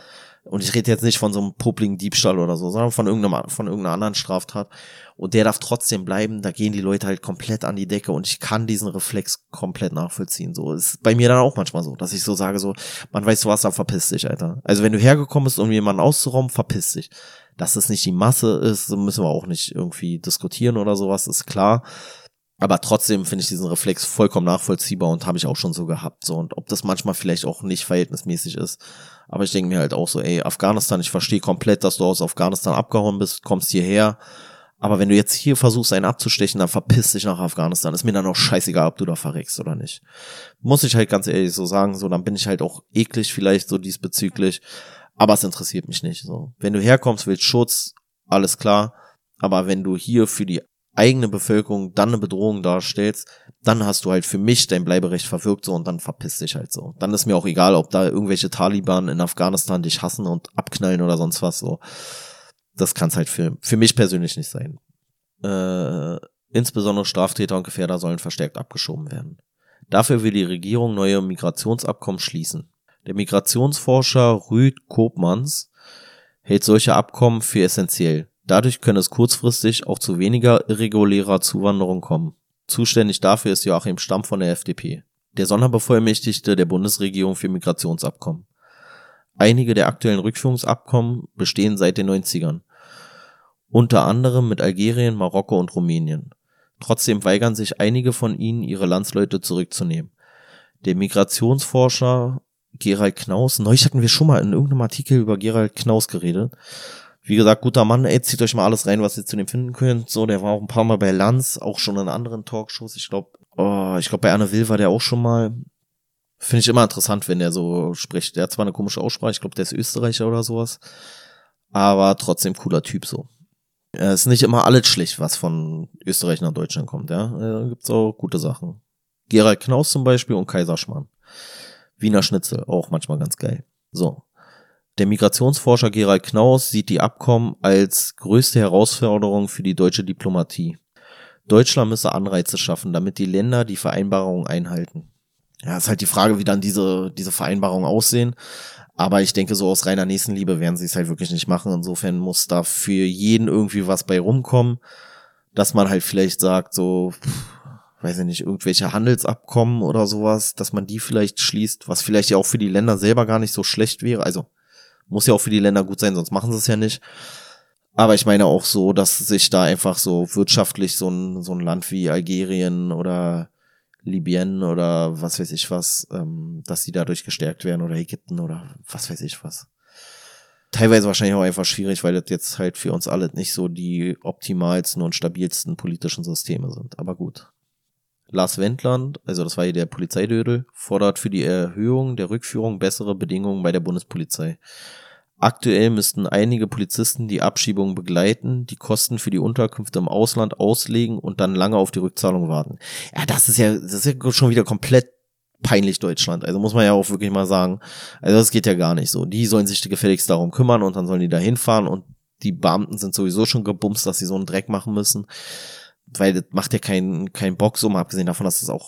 Und ich rede jetzt nicht von so einem popligen Diebstahl oder so, sondern von irgendeiner, von irgendeiner anderen Straftat. Und der darf trotzdem bleiben, da gehen die Leute halt komplett an die Decke und ich kann diesen Reflex komplett nachvollziehen. So ist bei mir dann auch manchmal so, dass ich so sage so, man weiß du was, dann verpiss dich, Alter. Also wenn du hergekommen bist, um jemanden auszurauben, verpiss dich. Dass das nicht die Masse ist, müssen wir auch nicht irgendwie diskutieren oder sowas, ist klar. Aber trotzdem finde ich diesen Reflex vollkommen nachvollziehbar und habe ich auch schon so gehabt. So, und ob das manchmal vielleicht auch nicht verhältnismäßig ist. Aber ich denke mir halt auch so, ey, Afghanistan, ich verstehe komplett, dass du aus Afghanistan abgehauen bist, kommst hierher. Aber wenn du jetzt hier versuchst, einen abzustechen, dann verpiss dich nach Afghanistan. Ist mir dann auch scheißegal, ob du da verreckst oder nicht. Muss ich halt ganz ehrlich so sagen, so, dann bin ich halt auch eklig vielleicht so diesbezüglich. Aber es interessiert mich nicht, so. Wenn du herkommst, willst Schutz, alles klar. Aber wenn du hier für die eigene Bevölkerung dann eine Bedrohung darstellst, dann hast du halt für mich dein Bleiberecht verwirkt, so, und dann verpiss dich halt so. Dann ist mir auch egal, ob da irgendwelche Taliban in Afghanistan dich hassen und abknallen oder sonst was, so. Das kann's halt für, für mich persönlich nicht sein. Äh, insbesondere Straftäter und Gefährder sollen verstärkt abgeschoben werden. Dafür will die Regierung neue Migrationsabkommen schließen. Der Migrationsforscher Ruud Koopmans hält solche Abkommen für essentiell. Dadurch könne es kurzfristig auch zu weniger irregulärer Zuwanderung kommen. Zuständig dafür ist Joachim Stamm von der F D P, der Sonderbevollmächtigte der Bundesregierung für Migrationsabkommen. Einige der aktuellen Rückführungsabkommen bestehen seit den neunzigern, unter anderem mit Algerien, Marokko und Rumänien. Trotzdem weigern sich einige von ihnen, ihre Landsleute zurückzunehmen. Der Migrationsforscher Gerald Knaus, neulich hatten wir schon mal in irgendeinem Artikel über Gerald Knaus geredet. Wie gesagt, guter Mann, ey, zieht euch mal alles rein, was ihr zu dem finden könnt. So, der war auch ein paar Mal bei Lanz, auch schon in anderen Talkshows. Ich glaube, oh, ich glaube bei Anne Will war der auch schon mal. Finde ich immer interessant, wenn der so spricht. Der hat zwar eine komische Aussprache, ich glaube, der ist Österreicher oder sowas. Aber trotzdem cooler Typ so. Es ist nicht immer alles schlecht, was von Österreich nach Deutschland kommt, ja. Da gibt's auch gute Sachen. Gerald Knaus zum Beispiel und Kaiserschmarrn. Wiener Schnitzel, auch manchmal ganz geil. So. Der Migrationsforscher Gerald Knaus sieht die Abkommen als größte Herausforderung für die deutsche Diplomatie. Deutschland müsse Anreize schaffen, damit die Länder die Vereinbarungen einhalten. Ja, ist halt die Frage, wie dann diese, diese Vereinbarungen aussehen. Aber ich denke, so aus reiner Nächstenliebe werden sie es halt wirklich nicht machen. Insofern muss da für jeden irgendwie was bei rumkommen, dass man halt vielleicht sagt, so, weiß ich nicht, irgendwelche Handelsabkommen oder sowas, dass man die vielleicht schließt, was vielleicht ja auch für die Länder selber gar nicht so schlecht wäre. Also muss ja auch für die Länder gut sein, sonst machen sie es ja nicht. Aber ich meine auch so, dass sich da einfach so wirtschaftlich so ein, so ein Land wie Algerien oder Libyen oder was weiß ich was, ähm, dass die dadurch gestärkt werden oder Ägypten oder was weiß ich was. Teilweise wahrscheinlich auch einfach schwierig, weil das jetzt halt für uns alle nicht so die optimalsten und stabilsten politischen Systeme sind. Aber gut. Lars Wendland, also das war hier der Polizeidödel, fordert für die Erhöhung der Rückführung bessere Bedingungen bei der Bundespolizei. Aktuell müssten einige Polizisten die Abschiebung begleiten, die Kosten für die Unterkünfte im Ausland auslegen und dann lange auf die Rückzahlung warten. Ja, das ist ja, das ist ja schon wieder komplett peinlich Deutschland. Also muss man ja auch wirklich mal sagen. Also das geht ja gar nicht so. Die sollen sich gefälligst darum kümmern und dann sollen die da hinfahren und die Beamten sind sowieso schon gebumst, dass sie so einen Dreck machen müssen. Weil das macht ja keinen keinen Bock, so mal abgesehen davon, dass es auch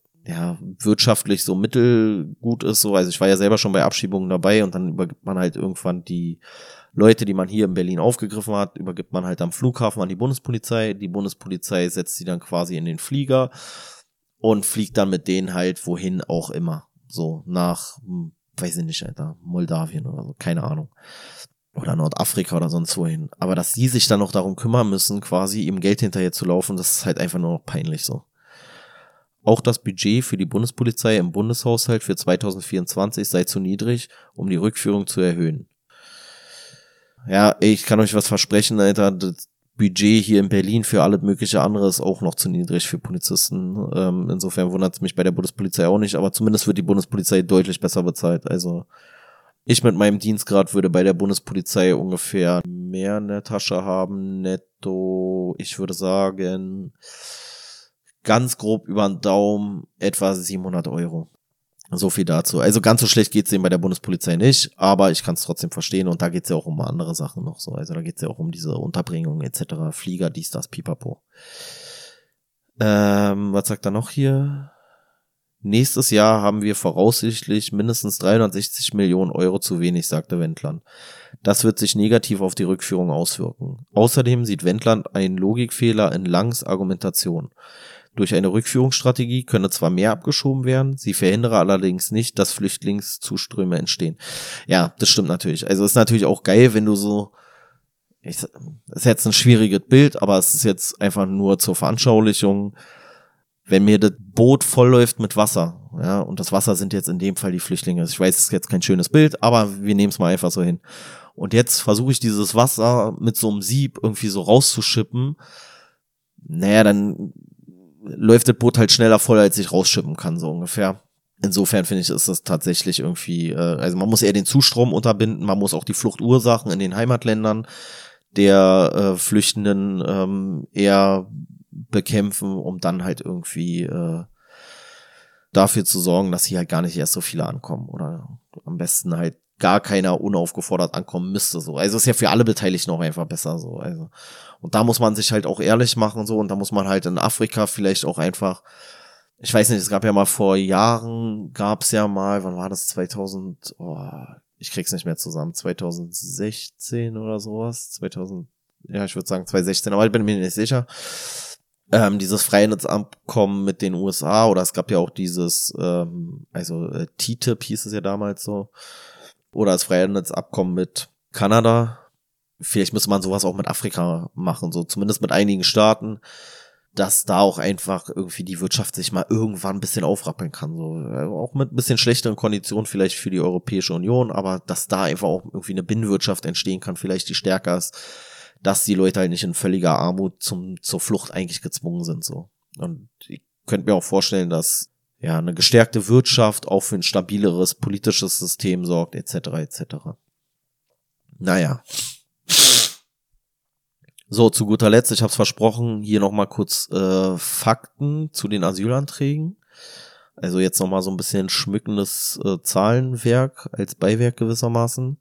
ja wirtschaftlich so mittelgut ist. So, also ich war ja selber schon bei Abschiebungen dabei und dann übergibt man halt irgendwann die Leute, die man hier in Berlin aufgegriffen hat, übergibt man halt am Flughafen an die Bundespolizei. Die Bundespolizei setzt sie dann quasi in den Flieger und fliegt dann mit denen halt wohin auch immer. So nach, weiß ich nicht, Alter, Moldawien oder so, keine Ahnung. Oder Nordafrika oder sonst wohin. Aber dass die sich dann noch darum kümmern müssen, quasi ihm Geld hinterher zu laufen, das ist halt einfach nur noch peinlich so. Auch das Budget für die Bundespolizei im Bundeshaushalt für zwanzig vierundzwanzig sei zu niedrig, um die Rückführung zu erhöhen. Ja, ich kann euch was versprechen, Alter, das Budget hier in Berlin für alles mögliche andere ist auch noch zu niedrig für Polizisten. Ähm, insofern wundert es mich bei der Bundespolizei auch nicht, aber zumindest wird die Bundespolizei deutlich besser bezahlt. Also ich mit meinem Dienstgrad würde bei der Bundespolizei ungefähr mehr in der Tasche haben, netto, ich würde sagen, ganz grob über den Daumen etwa siebenhundert Euro. So viel dazu. Also ganz so schlecht geht's eben bei der Bundespolizei nicht, aber ich kann es trotzdem verstehen und da geht's ja auch um andere Sachen noch so. Also da geht's ja auch um diese Unterbringung et cetera. Flieger, dies, das, pipapo. Ähm, was sagt er noch hier? Nächstes Jahr haben wir voraussichtlich mindestens dreihundertsechzig Millionen Euro zu wenig, sagte Wendland. Das wird sich negativ auf die Rückführung auswirken. Außerdem sieht Wendland einen Logikfehler in Langs Argumentation. Durch eine Rückführungsstrategie könne zwar mehr abgeschoben werden, sie verhindere allerdings nicht, dass Flüchtlingszuströme entstehen. Ja, das stimmt natürlich. Also ist natürlich auch geil, wenn du so, ich, das ist jetzt ein schwieriges Bild, aber es ist jetzt einfach nur zur Veranschaulichung, wenn mir das Boot vollläuft mit Wasser, ja, und das Wasser sind jetzt in dem Fall die Flüchtlinge. Ich weiß, es ist jetzt kein schönes Bild, aber wir nehmen es mal einfach so hin. Und jetzt versuche ich dieses Wasser mit so einem Sieb irgendwie so rauszuschippen. Naja, dann läuft das Boot halt schneller voll, als ich rausschippen kann, so ungefähr. Insofern finde ich, ist das tatsächlich irgendwie, äh, also man muss eher den Zustrom unterbinden, man muss auch die Fluchtursachen in den Heimatländern der äh, Flüchtenden ähm, eher bekämpfen, um dann halt irgendwie äh, dafür zu sorgen, dass hier halt gar nicht erst so viele ankommen oder am besten halt gar keiner unaufgefordert ankommen müsste, so. Also ist ja für alle Beteiligten auch einfach besser, so. Also und da muss man sich halt auch ehrlich machen, so, und da muss man halt in Afrika vielleicht auch einfach, ich weiß nicht, es gab ja mal vor Jahren, gab's ja mal, wann war das, zweitausend, oh, ich krieg's nicht mehr zusammen, zweitausendsechzehn oder sowas, zweitausend, ja, ich würde sagen zweitausendsechzehn, aber ich bin mir nicht sicher, ähm, dieses Freihandelsabkommen mit den U S A, oder es gab ja auch dieses, ähm, also äh, T T I P hieß es ja damals so, oder das Freihandelsabkommen mit Kanada. Vielleicht müsste man sowas auch mit Afrika machen, so zumindest mit einigen Staaten, dass da auch einfach irgendwie die Wirtschaft sich mal irgendwann ein bisschen aufrappeln kann, so auch mit ein bisschen schlechteren Konditionen vielleicht für die Europäische Union, aber dass da einfach auch irgendwie eine Binnenwirtschaft entstehen kann, vielleicht die stärker ist, dass die Leute halt nicht in völliger Armut zum zur Flucht eigentlich gezwungen sind, so. Und ich könnte mir auch vorstellen, dass ja eine gestärkte Wirtschaft auch für ein stabileres politisches System sorgt, et cetera et cetera. Naja. So, zu guter Letzt, ich habe es versprochen, hier nochmal kurz äh, Fakten zu den Asylanträgen. Also jetzt nochmal so ein bisschen schmückendes äh, Zahlenwerk als Beiwerk gewissermaßen.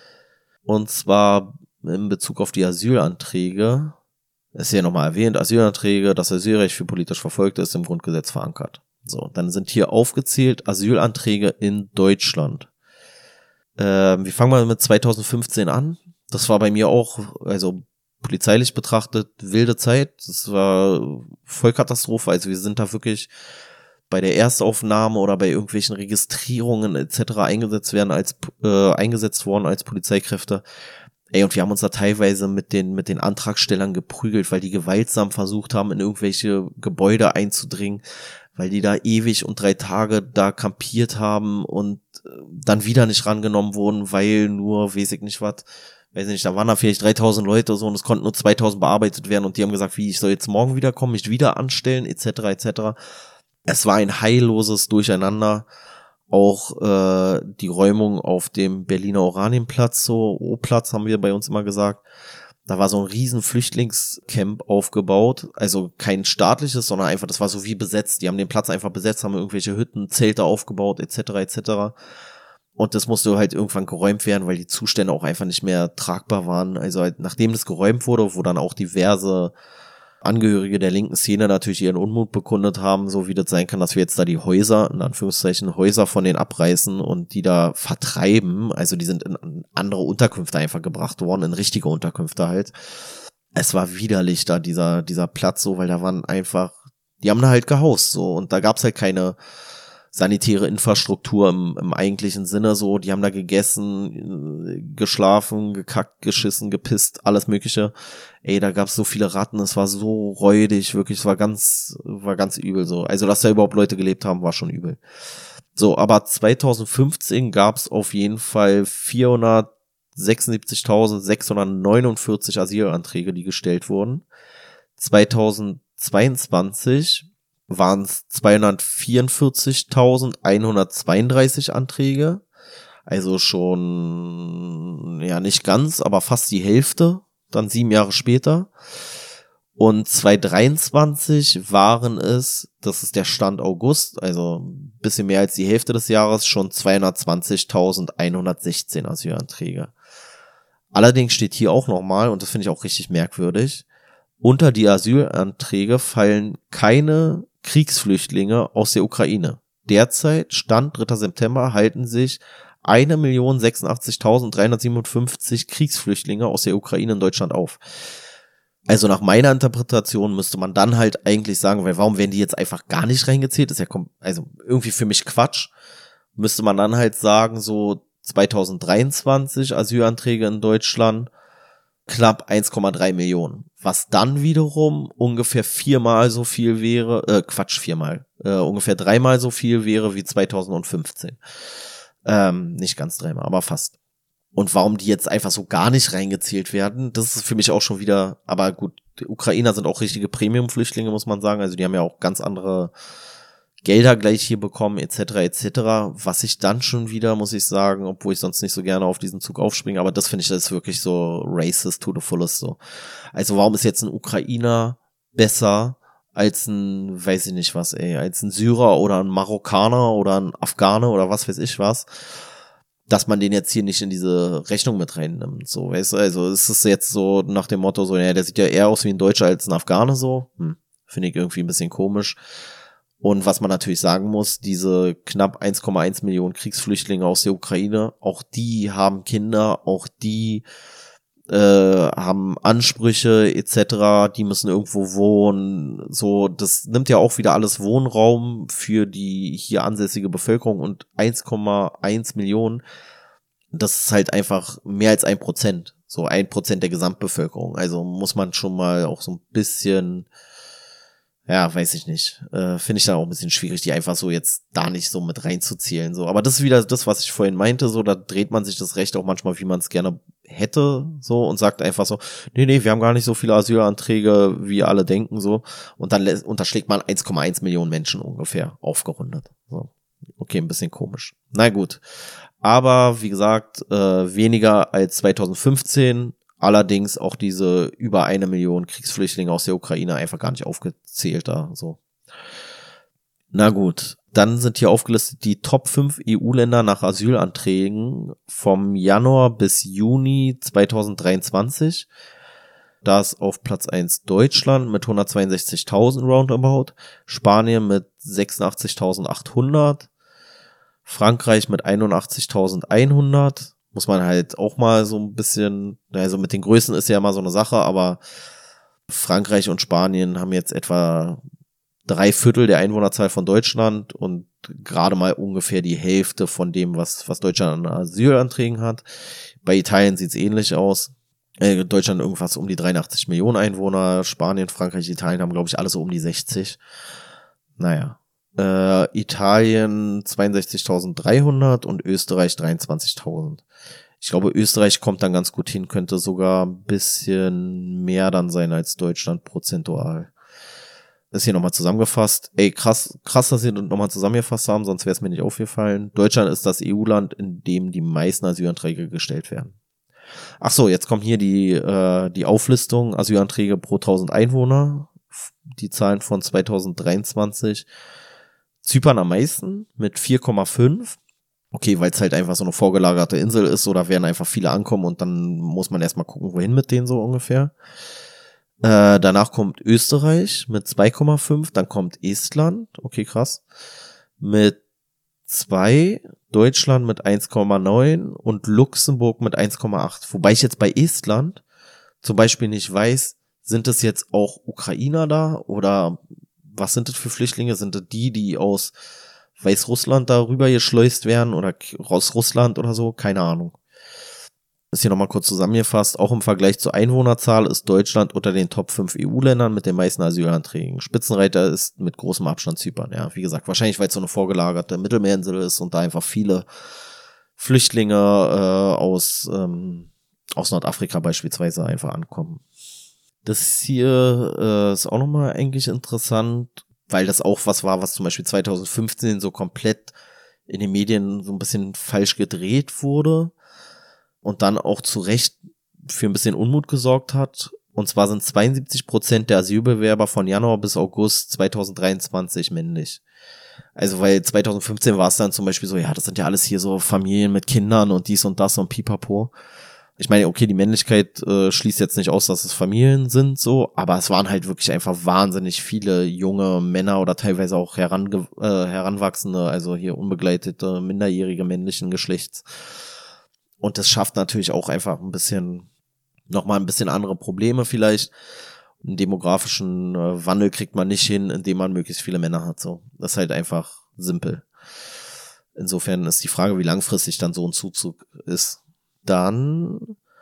Und zwar in Bezug auf die Asylanträge, ist hier nochmal erwähnt, Asylanträge, das Asylrecht für politisch Verfolgte ist im Grundgesetz verankert. So, dann sind hier aufgezählt Asylanträge in Deutschland. Ähm, wir fangen mal mit zweitausendfünfzehn an. Das war bei mir auch, also polizeilich betrachtet, wilde Zeit. Das war Vollkatastrophe. Also wir sind da wirklich bei der Erstaufnahme oder bei irgendwelchen Registrierungen et cetera eingesetzt werden als äh, eingesetzt worden als Polizeikräfte. Ey, und wir haben uns da teilweise mit den mit den Antragstellern geprügelt, weil die gewaltsam versucht haben, in irgendwelche Gebäude einzudringen, weil die da ewig und drei Tage da kampiert haben und dann wieder nicht rangenommen wurden, weil nur, weiß ich nicht was, weiß nicht, da waren da vielleicht dreitausend Leute so und es konnten nur zweitausend bearbeitet werden und die haben gesagt, wie, ich soll jetzt morgen wiederkommen, mich wieder anstellen, et cetera et cetera. Es war ein heilloses Durcheinander. Auch äh, die Räumung auf dem Berliner Oranienplatz, so O-Platz haben wir bei uns immer gesagt, da war so ein riesen Flüchtlingscamp aufgebaut, also kein staatliches, sondern einfach, das war so wie besetzt, die haben den Platz einfach besetzt, haben irgendwelche Hütten, Zelte aufgebaut, et cetera et cetera. Und das musste halt irgendwann geräumt werden, weil die Zustände auch einfach nicht mehr tragbar waren. Also halt, nachdem das geräumt wurde, wo dann auch diverse Angehörige der linken Szene natürlich ihren Unmut bekundet haben, so wie das sein kann, dass wir jetzt da die Häuser, in Anführungszeichen Häuser von denen abreißen und die da vertreiben. Also die sind in andere Unterkünfte einfach gebracht worden, in richtige Unterkünfte halt. Es war widerlich da, dieser dieser Platz so, weil da waren einfach, die haben da halt gehaust so und da gab's halt keine sanitäre Infrastruktur im, im eigentlichen Sinne so, die haben da gegessen, geschlafen, gekackt, geschissen, gepisst, alles mögliche. Ey, da gab's so viele Ratten, es war so räudig, wirklich, es war ganz, war ganz übel so. Also, dass da überhaupt Leute gelebt haben, war schon übel. So, aber zweitausendfünfzehn gab's auf jeden Fall vierhundertsechsundsiebzigtausendsechshundertneunundvierzig Asylanträge, die gestellt wurden. zweitausendzweiundzwanzig waren es zweihundertvierundvierzigtausendeinhundertzweiunddreißig Anträge, also schon, ja nicht ganz, aber fast die Hälfte, dann sieben Jahre später. Und zweitausenddreiundzwanzig waren es, das ist der Stand August, also ein bisschen mehr als die Hälfte des Jahres, schon zweihundertzwanzigtausendeinhundertsechzehn Asylanträge. Allerdings steht hier auch nochmal, und das finde ich auch richtig merkwürdig, unter die Asylanträge fallen keine Kriegsflüchtlinge aus der Ukraine. derzeit, Stand dritter September, halten sich eine Million sechsundachtzigtausenddreihundertsiebenundfünfzig Kriegsflüchtlinge aus der Ukraine in Deutschland auf. Also nach meiner Interpretation müsste man dann halt eigentlich sagen, weil warum werden die jetzt einfach gar nicht reingezählt? Das ist ja also irgendwie für mich Quatsch. Müsste man dann halt sagen, so zweitausenddreiundzwanzig Asylanträge in Deutschland, knapp eins Komma drei Millionen. Was dann wiederum ungefähr viermal so viel wäre, äh, Quatsch, viermal, äh, ungefähr dreimal so viel wäre wie zweitausendfünfzehn. Ähm, nicht ganz dreimal, aber fast. Und warum die jetzt einfach so gar nicht reingezählt werden, das ist für mich auch schon wieder, aber gut, die Ukrainer sind auch richtige Premium-Flüchtlinge, muss man sagen, also die haben ja auch ganz andere Gelder gleich hier bekommen, et cetera, et cetera, was ich dann schon wieder, muss ich sagen, obwohl ich sonst nicht so gerne auf diesen Zug aufspringe, aber das finde ich, das ist wirklich so racist to the fullest so. Also warum ist jetzt ein Ukrainer besser als ein, weiß ich nicht was, ey, als ein Syrer oder ein Marokkaner oder ein Afghaner oder was weiß ich was, dass man den jetzt hier nicht in diese Rechnung mit reinnimmt, so, weißt du, also es ist jetzt so nach dem Motto so, ja, der sieht ja eher aus wie ein Deutscher als ein Afghaner so, hm, finde ich irgendwie ein bisschen komisch. Und was man natürlich sagen muss, diese knapp eins Komma eins Millionen Kriegsflüchtlinge aus der Ukraine, auch die haben Kinder, auch die äh, haben Ansprüche et cetera, die müssen irgendwo wohnen, so, das nimmt ja auch wieder alles Wohnraum für die hier ansässige Bevölkerung und eins Komma eins Millionen, das ist halt einfach mehr als ein Prozent, so ein Prozent der Gesamtbevölkerung, also muss man schon mal auch so ein bisschen, ja, weiß ich nicht, äh, finde ich dann auch ein bisschen schwierig, die einfach so jetzt da nicht so mit reinzuzählen, so, aber das ist wieder das, was ich vorhin meinte, so, da dreht man sich das Recht auch manchmal, wie man es gerne hätte, so, und sagt einfach so, nee, nee, wir haben gar nicht so viele Asylanträge, wie alle denken, so, und dann unterschlägt man eins Komma eins Millionen Menschen ungefähr, aufgerundet, so, okay, ein bisschen komisch, na gut, aber, wie gesagt, äh, weniger als zweitausendfünfzehn, allerdings auch diese über eine Million Kriegsflüchtlinge aus der Ukraine einfach gar nicht aufgezählt da, so. Na gut, dann sind hier aufgelistet die Top fünf E U-Länder nach Asylanträgen vom Januar bis Juni zweitausenddreiundzwanzig. Da ist auf Platz eins Deutschland mit hundertzweiundsechzigtausend roundabout, Spanien mit sechsundachtzigtausendachthundert, Frankreich mit einundachtzigtausendeinhundert, muss man halt auch mal so ein bisschen, also mit den Größen ist ja immer so eine Sache, aber Frankreich und Spanien haben jetzt etwa drei Viertel der Einwohnerzahl von Deutschland und gerade mal ungefähr die Hälfte von dem, was was Deutschland an Asylanträgen hat. Bei Italien sieht's ähnlich aus. Äh, Deutschland irgendwas um die dreiundachtzig Millionen Einwohner, Spanien, Frankreich, Italien haben, glaube ich, alle so um die sechzig. Naja. Äh, Italien zweiundsechzigtausenddreihundert und Österreich dreiundzwanzigtausend. Ich glaube, Österreich kommt dann ganz gut hin, könnte sogar ein bisschen mehr dann sein als Deutschland prozentual. Das ist hier nochmal zusammengefasst. Ey, krass, krass, dass sie das nochmal zusammengefasst haben, sonst wäre es mir nicht aufgefallen. Deutschland ist das E U-Land, in dem die meisten Asylanträge gestellt werden. Ach so, jetzt kommt hier die äh, die Auflistung Asylanträge pro tausend Einwohner. Die Zahlen von zweitausenddreiundzwanzig. Zypern am meisten mit vier Komma fünf. Okay, weil es halt einfach so eine vorgelagerte Insel ist, oder werden einfach viele ankommen und dann muss man erstmal gucken, wohin mit denen so ungefähr. Äh, danach kommt Österreich mit zwei Komma fünf, dann kommt Estland, okay krass, mit zwei, Deutschland mit eins Komma neun und Luxemburg mit eins Komma acht. Wobei ich jetzt bei Estland zum Beispiel nicht weiß, sind es jetzt auch Ukrainer da oder was sind das für Flüchtlinge? Sind das die, die aus Weißrussland darüber geschleust werden oder aus Russland oder so? Keine Ahnung. Ist hier nochmal kurz zusammengefasst. Auch im Vergleich zur Einwohnerzahl ist Deutschland unter den Top fünf E U-Ländern mit den meisten Asylanträgen. Spitzenreiter ist mit großem Abstand Zypern. Ja, wie gesagt, wahrscheinlich, weil es so eine vorgelagerte Mittelmeerinsel ist und da einfach viele Flüchtlinge äh, aus, ähm, aus Nordafrika beispielsweise einfach ankommen. Das hier äh, ist auch nochmal eigentlich interessant, weil das auch was war, was zum Beispiel zweitausendfünfzehn so komplett in den Medien so ein bisschen falsch gedreht wurde und dann auch zu Recht für ein bisschen Unmut gesorgt hat. Und zwar sind zweiundsiebzig Prozent der Asylbewerber von Januar bis August zweitausenddreiundzwanzig männlich. Also weil zweitausendfünfzehn war es dann zum Beispiel so, ja, das sind ja alles hier so Familien mit Kindern und dies und das und pipapo. Ich meine, okay, die Männlichkeit äh, schließt jetzt nicht aus, dass es Familien sind, so, aber es waren halt wirklich einfach wahnsinnig viele junge Männer oder teilweise auch herange äh, heranwachsende, also hier unbegleitete, minderjährige männlichen Geschlechts. Und das schafft natürlich auch einfach ein bisschen, nochmal ein bisschen andere Probleme vielleicht. Einen demografischen äh, Wandel kriegt man nicht hin, indem man möglichst viele Männer hat, so. Das ist halt einfach simpel. Insofern ist die Frage, wie langfristig dann so ein Zuzug ist. Dann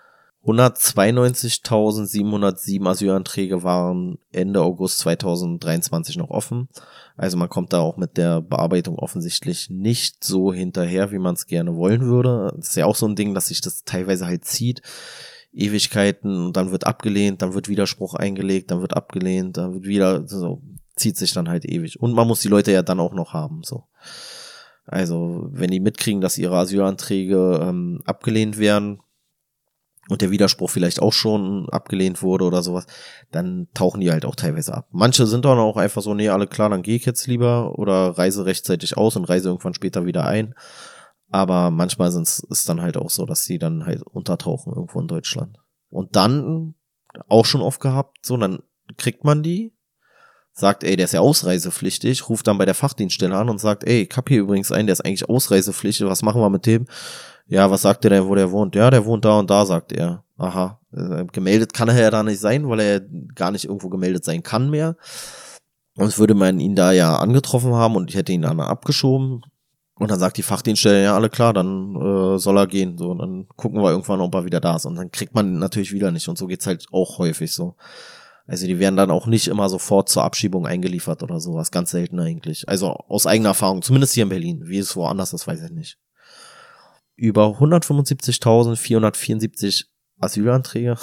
hundertzweiundneunzigtausendsiebenhundertsieben Asylanträge waren Ende August zweitausenddreiundzwanzig noch offen. Also man kommt da auch mit der Bearbeitung offensichtlich nicht so hinterher, wie man es gerne wollen würde. Das ist ja auch so ein Ding, dass sich das teilweise halt zieht. Ewigkeiten, und dann wird abgelehnt, dann wird Widerspruch eingelegt, dann wird abgelehnt, dann wird wieder, so zieht sich dann halt ewig. Und man muss die Leute ja dann auch noch haben, so. Also, wenn die mitkriegen, dass ihre Asylanträge ähm, abgelehnt werden und der Widerspruch vielleicht auch schon abgelehnt wurde oder sowas, dann tauchen die halt auch teilweise ab. Manche sind dann auch einfach so, nee, alle klar, dann gehe ich jetzt lieber oder reise rechtzeitig aus und reise irgendwann später wieder ein. Aber manchmal sind's, ist dann halt auch so, dass sie dann halt untertauchen irgendwo in Deutschland. Und dann, auch schon oft gehabt, so, dann kriegt man die, sagt, ey, der ist ja ausreisepflichtig, ruft dann bei der Fachdienststelle an und sagt, ey, ich hab hier übrigens einen, der ist eigentlich ausreisepflichtig, was machen wir mit dem? Ja, was sagt der denn, wo der wohnt? Ja, der wohnt da und da, sagt er. Aha, gemeldet kann er ja da nicht sein, weil er gar nicht irgendwo gemeldet sein kann mehr. Sonst würde man ihn da ja angetroffen haben und ich hätte ihn dann abgeschoben. Und dann sagt die Fachdienststelle, ja, alle klar, dann äh, soll er gehen. So, und dann gucken wir irgendwann, ob er wieder da ist. Und dann kriegt man ihn natürlich wieder nicht. Und so geht's halt auch häufig so. Also die werden dann auch nicht immer sofort zur Abschiebung eingeliefert oder sowas. Ganz selten eigentlich. Also aus eigener Erfahrung, zumindest hier in Berlin. Wie es woanders ist, weiß ich nicht. Über hundertfünfundsiebzigtausendvierhundertvierundsiebzig Asylanträge.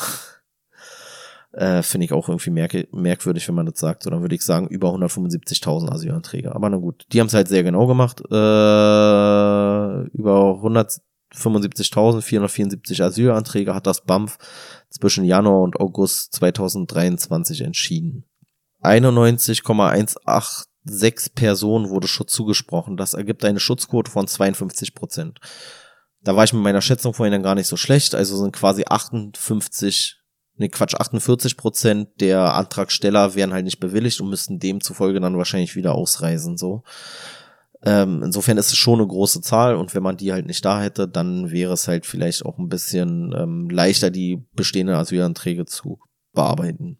äh, Finde ich auch irgendwie merk- merkwürdig, wenn man das sagt. So, dann würde ich sagen, über hundertfünfundsiebzigtausend Asylanträge. Aber na gut, die haben es halt sehr genau gemacht. Äh, über hundertfünfundsiebzigtausendvierhundertvierundsiebzig Asylanträge hat das B A M F zwischen Januar und August zweitausenddreiundzwanzig entschieden. einundneunzig Komma hundertsechzehn Personen wurde Schutz zugesprochen. Das ergibt eine Schutzquote von zweiundfünfzig Prozent. Da war ich mit meiner Schätzung vorhin dann gar nicht so schlecht. Also sind quasi achtundfünfzig, ne Quatsch, achtundvierzig Prozent der Antragsteller wären halt nicht bewilligt und müssten demzufolge dann wahrscheinlich wieder ausreisen, so. Ähm, insofern ist es schon eine große Zahl und wenn man die halt nicht da hätte, dann wäre es halt vielleicht auch ein bisschen ähm, leichter, die bestehenden Asylanträge zu bearbeiten.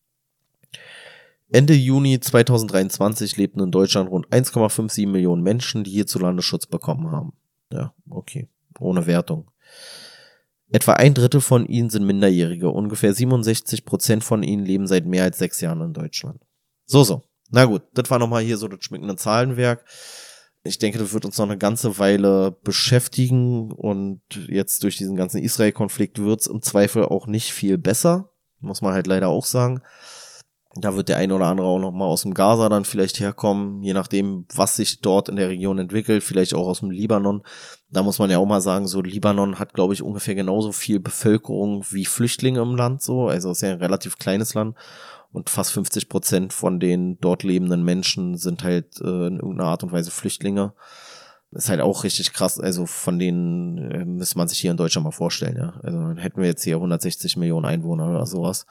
Ende Juni zweitausenddreiundzwanzig lebten in Deutschland rund eins Komma siebenundfünfzig Millionen Menschen, die hierzulande Schutz bekommen haben. Ja, okay, ohne Wertung. Etwa ein Drittel von ihnen sind Minderjährige. Ungefähr siebenundsechzig Prozent von ihnen leben seit mehr als sechs Jahren in Deutschland. So, so. Na gut, das war nochmal hier so das schmückende Zahlenwerk. Ich denke, das wird uns noch eine ganze Weile beschäftigen und jetzt durch diesen ganzen Israel-Konflikt wird es im Zweifel auch nicht viel besser, muss man halt leider auch sagen. Da wird der eine oder andere auch noch mal aus dem Gaza dann vielleicht herkommen, je nachdem, was sich dort in der Region entwickelt, vielleicht auch aus dem Libanon. Da muss man ja auch mal sagen, so Libanon hat, glaube ich, ungefähr genauso viel Bevölkerung wie Flüchtlinge im Land, so. Also es ist ja ein relativ kleines Land und fast fünfzig Prozent von den dort lebenden Menschen sind halt äh, in irgendeiner Art und Weise Flüchtlinge. Das ist halt auch richtig krass, also von denen äh, müsste man sich hier in Deutschland mal vorstellen, ja. Also dann hätten wir jetzt hier hundertsechzig Millionen Einwohner oder sowas.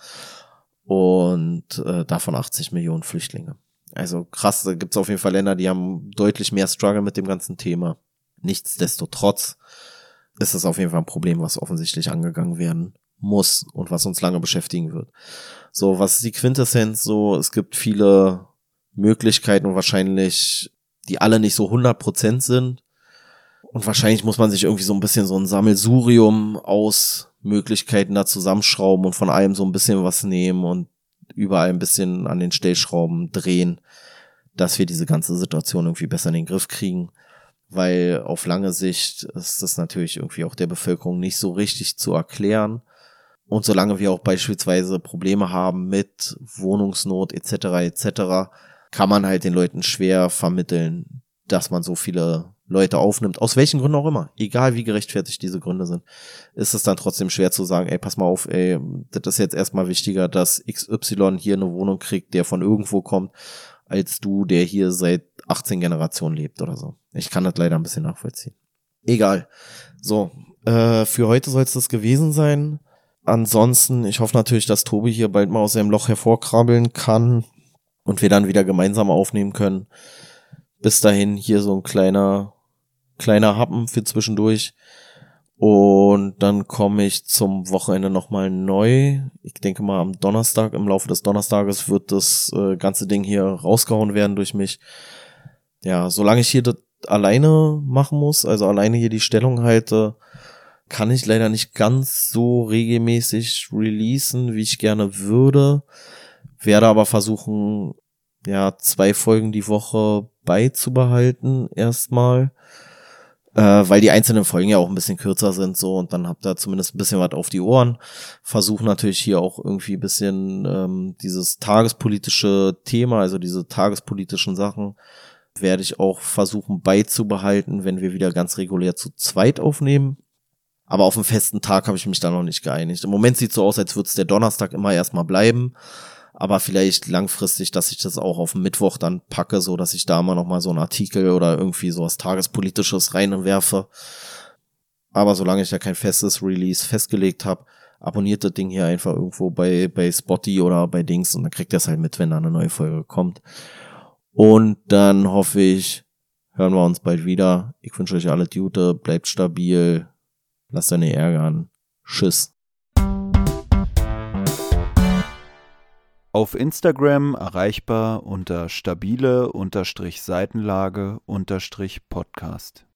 Und äh, davon achtzig Millionen Flüchtlinge. Also krass, da gibt's auf jeden Fall Länder, die haben deutlich mehr Struggle mit dem ganzen Thema. Nichtsdestotrotz ist es auf jeden Fall ein Problem, was offensichtlich angegangen werden muss und was uns lange beschäftigen wird. So, was ist die Quintessenz? So, es gibt viele Möglichkeiten und wahrscheinlich, die alle nicht so hundert Prozent sind. Und wahrscheinlich muss man sich irgendwie so ein bisschen so ein Sammelsurium aus Möglichkeiten da zusammenschrauben und von allem so ein bisschen was nehmen und überall ein bisschen an den Stellschrauben drehen, dass wir diese ganze Situation irgendwie besser in den Griff kriegen. Weil auf lange Sicht ist das natürlich irgendwie auch der Bevölkerung nicht so richtig zu erklären. Und solange wir auch beispielsweise Probleme haben mit Wohnungsnot et cetera et cetera, kann man halt den Leuten schwer vermitteln, dass man so viele Leute aufnimmt, aus welchen Gründen auch immer, egal wie gerechtfertigt diese Gründe sind, ist es dann trotzdem schwer zu sagen, ey, pass mal auf, ey, das ist jetzt erstmal wichtiger, dass X Y hier eine Wohnung kriegt, der von irgendwo kommt, als du, der hier seit achtzehn Generationen lebt oder so. Ich kann das leider ein bisschen nachvollziehen. Egal. So, Äh, für heute soll es das gewesen sein. Ansonsten, ich hoffe natürlich, dass Tobi hier bald mal aus seinem Loch hervorkrabbeln kann und wir dann wieder gemeinsam aufnehmen können. Bis dahin hier so ein kleiner, kleiner Happen für zwischendurch. Und dann komme ich zum Wochenende nochmal neu. Ich denke mal am Donnerstag, im Laufe des Donnerstages wird das äh, ganze Ding hier rausgehauen werden durch mich. Ja, solange ich hier das alleine machen muss, also alleine hier die Stellung halte, kann ich leider nicht ganz so regelmäßig releasen, wie ich gerne würde. Werde aber versuchen, ja, zwei Folgen die Woche beizubehalten erstmal. Äh, weil die einzelnen Folgen ja auch ein bisschen kürzer sind so und dann habt ihr zumindest ein bisschen was auf die Ohren. Versuche natürlich hier auch irgendwie ein bisschen ähm, dieses tagespolitische Thema, also diese tagespolitischen Sachen, werde ich auch versuchen beizubehalten, wenn wir wieder ganz regulär zu zweit aufnehmen. Aber auf einen festen Tag habe ich mich da noch nicht geeinigt. Im Moment sieht es so aus, als würde es der Donnerstag immer erstmal bleiben. Aber vielleicht langfristig, dass ich das auch auf den Mittwoch dann packe, so dass ich da mal nochmal so einen Artikel oder irgendwie so was Tagespolitisches reinwerfe. Aber solange ich da kein festes Release festgelegt habe, abonniert das Ding hier einfach irgendwo bei bei Spotify oder bei Dings und dann kriegt ihr es halt mit, wenn da eine neue Folge kommt. Und dann hoffe ich, hören wir uns bald wieder. Ich wünsche euch alle Gute, bleibt stabil, lasst euch nicht ärgern. Tschüss.
Auf Instagram erreichbar unter stabile Seitenlage Podcast.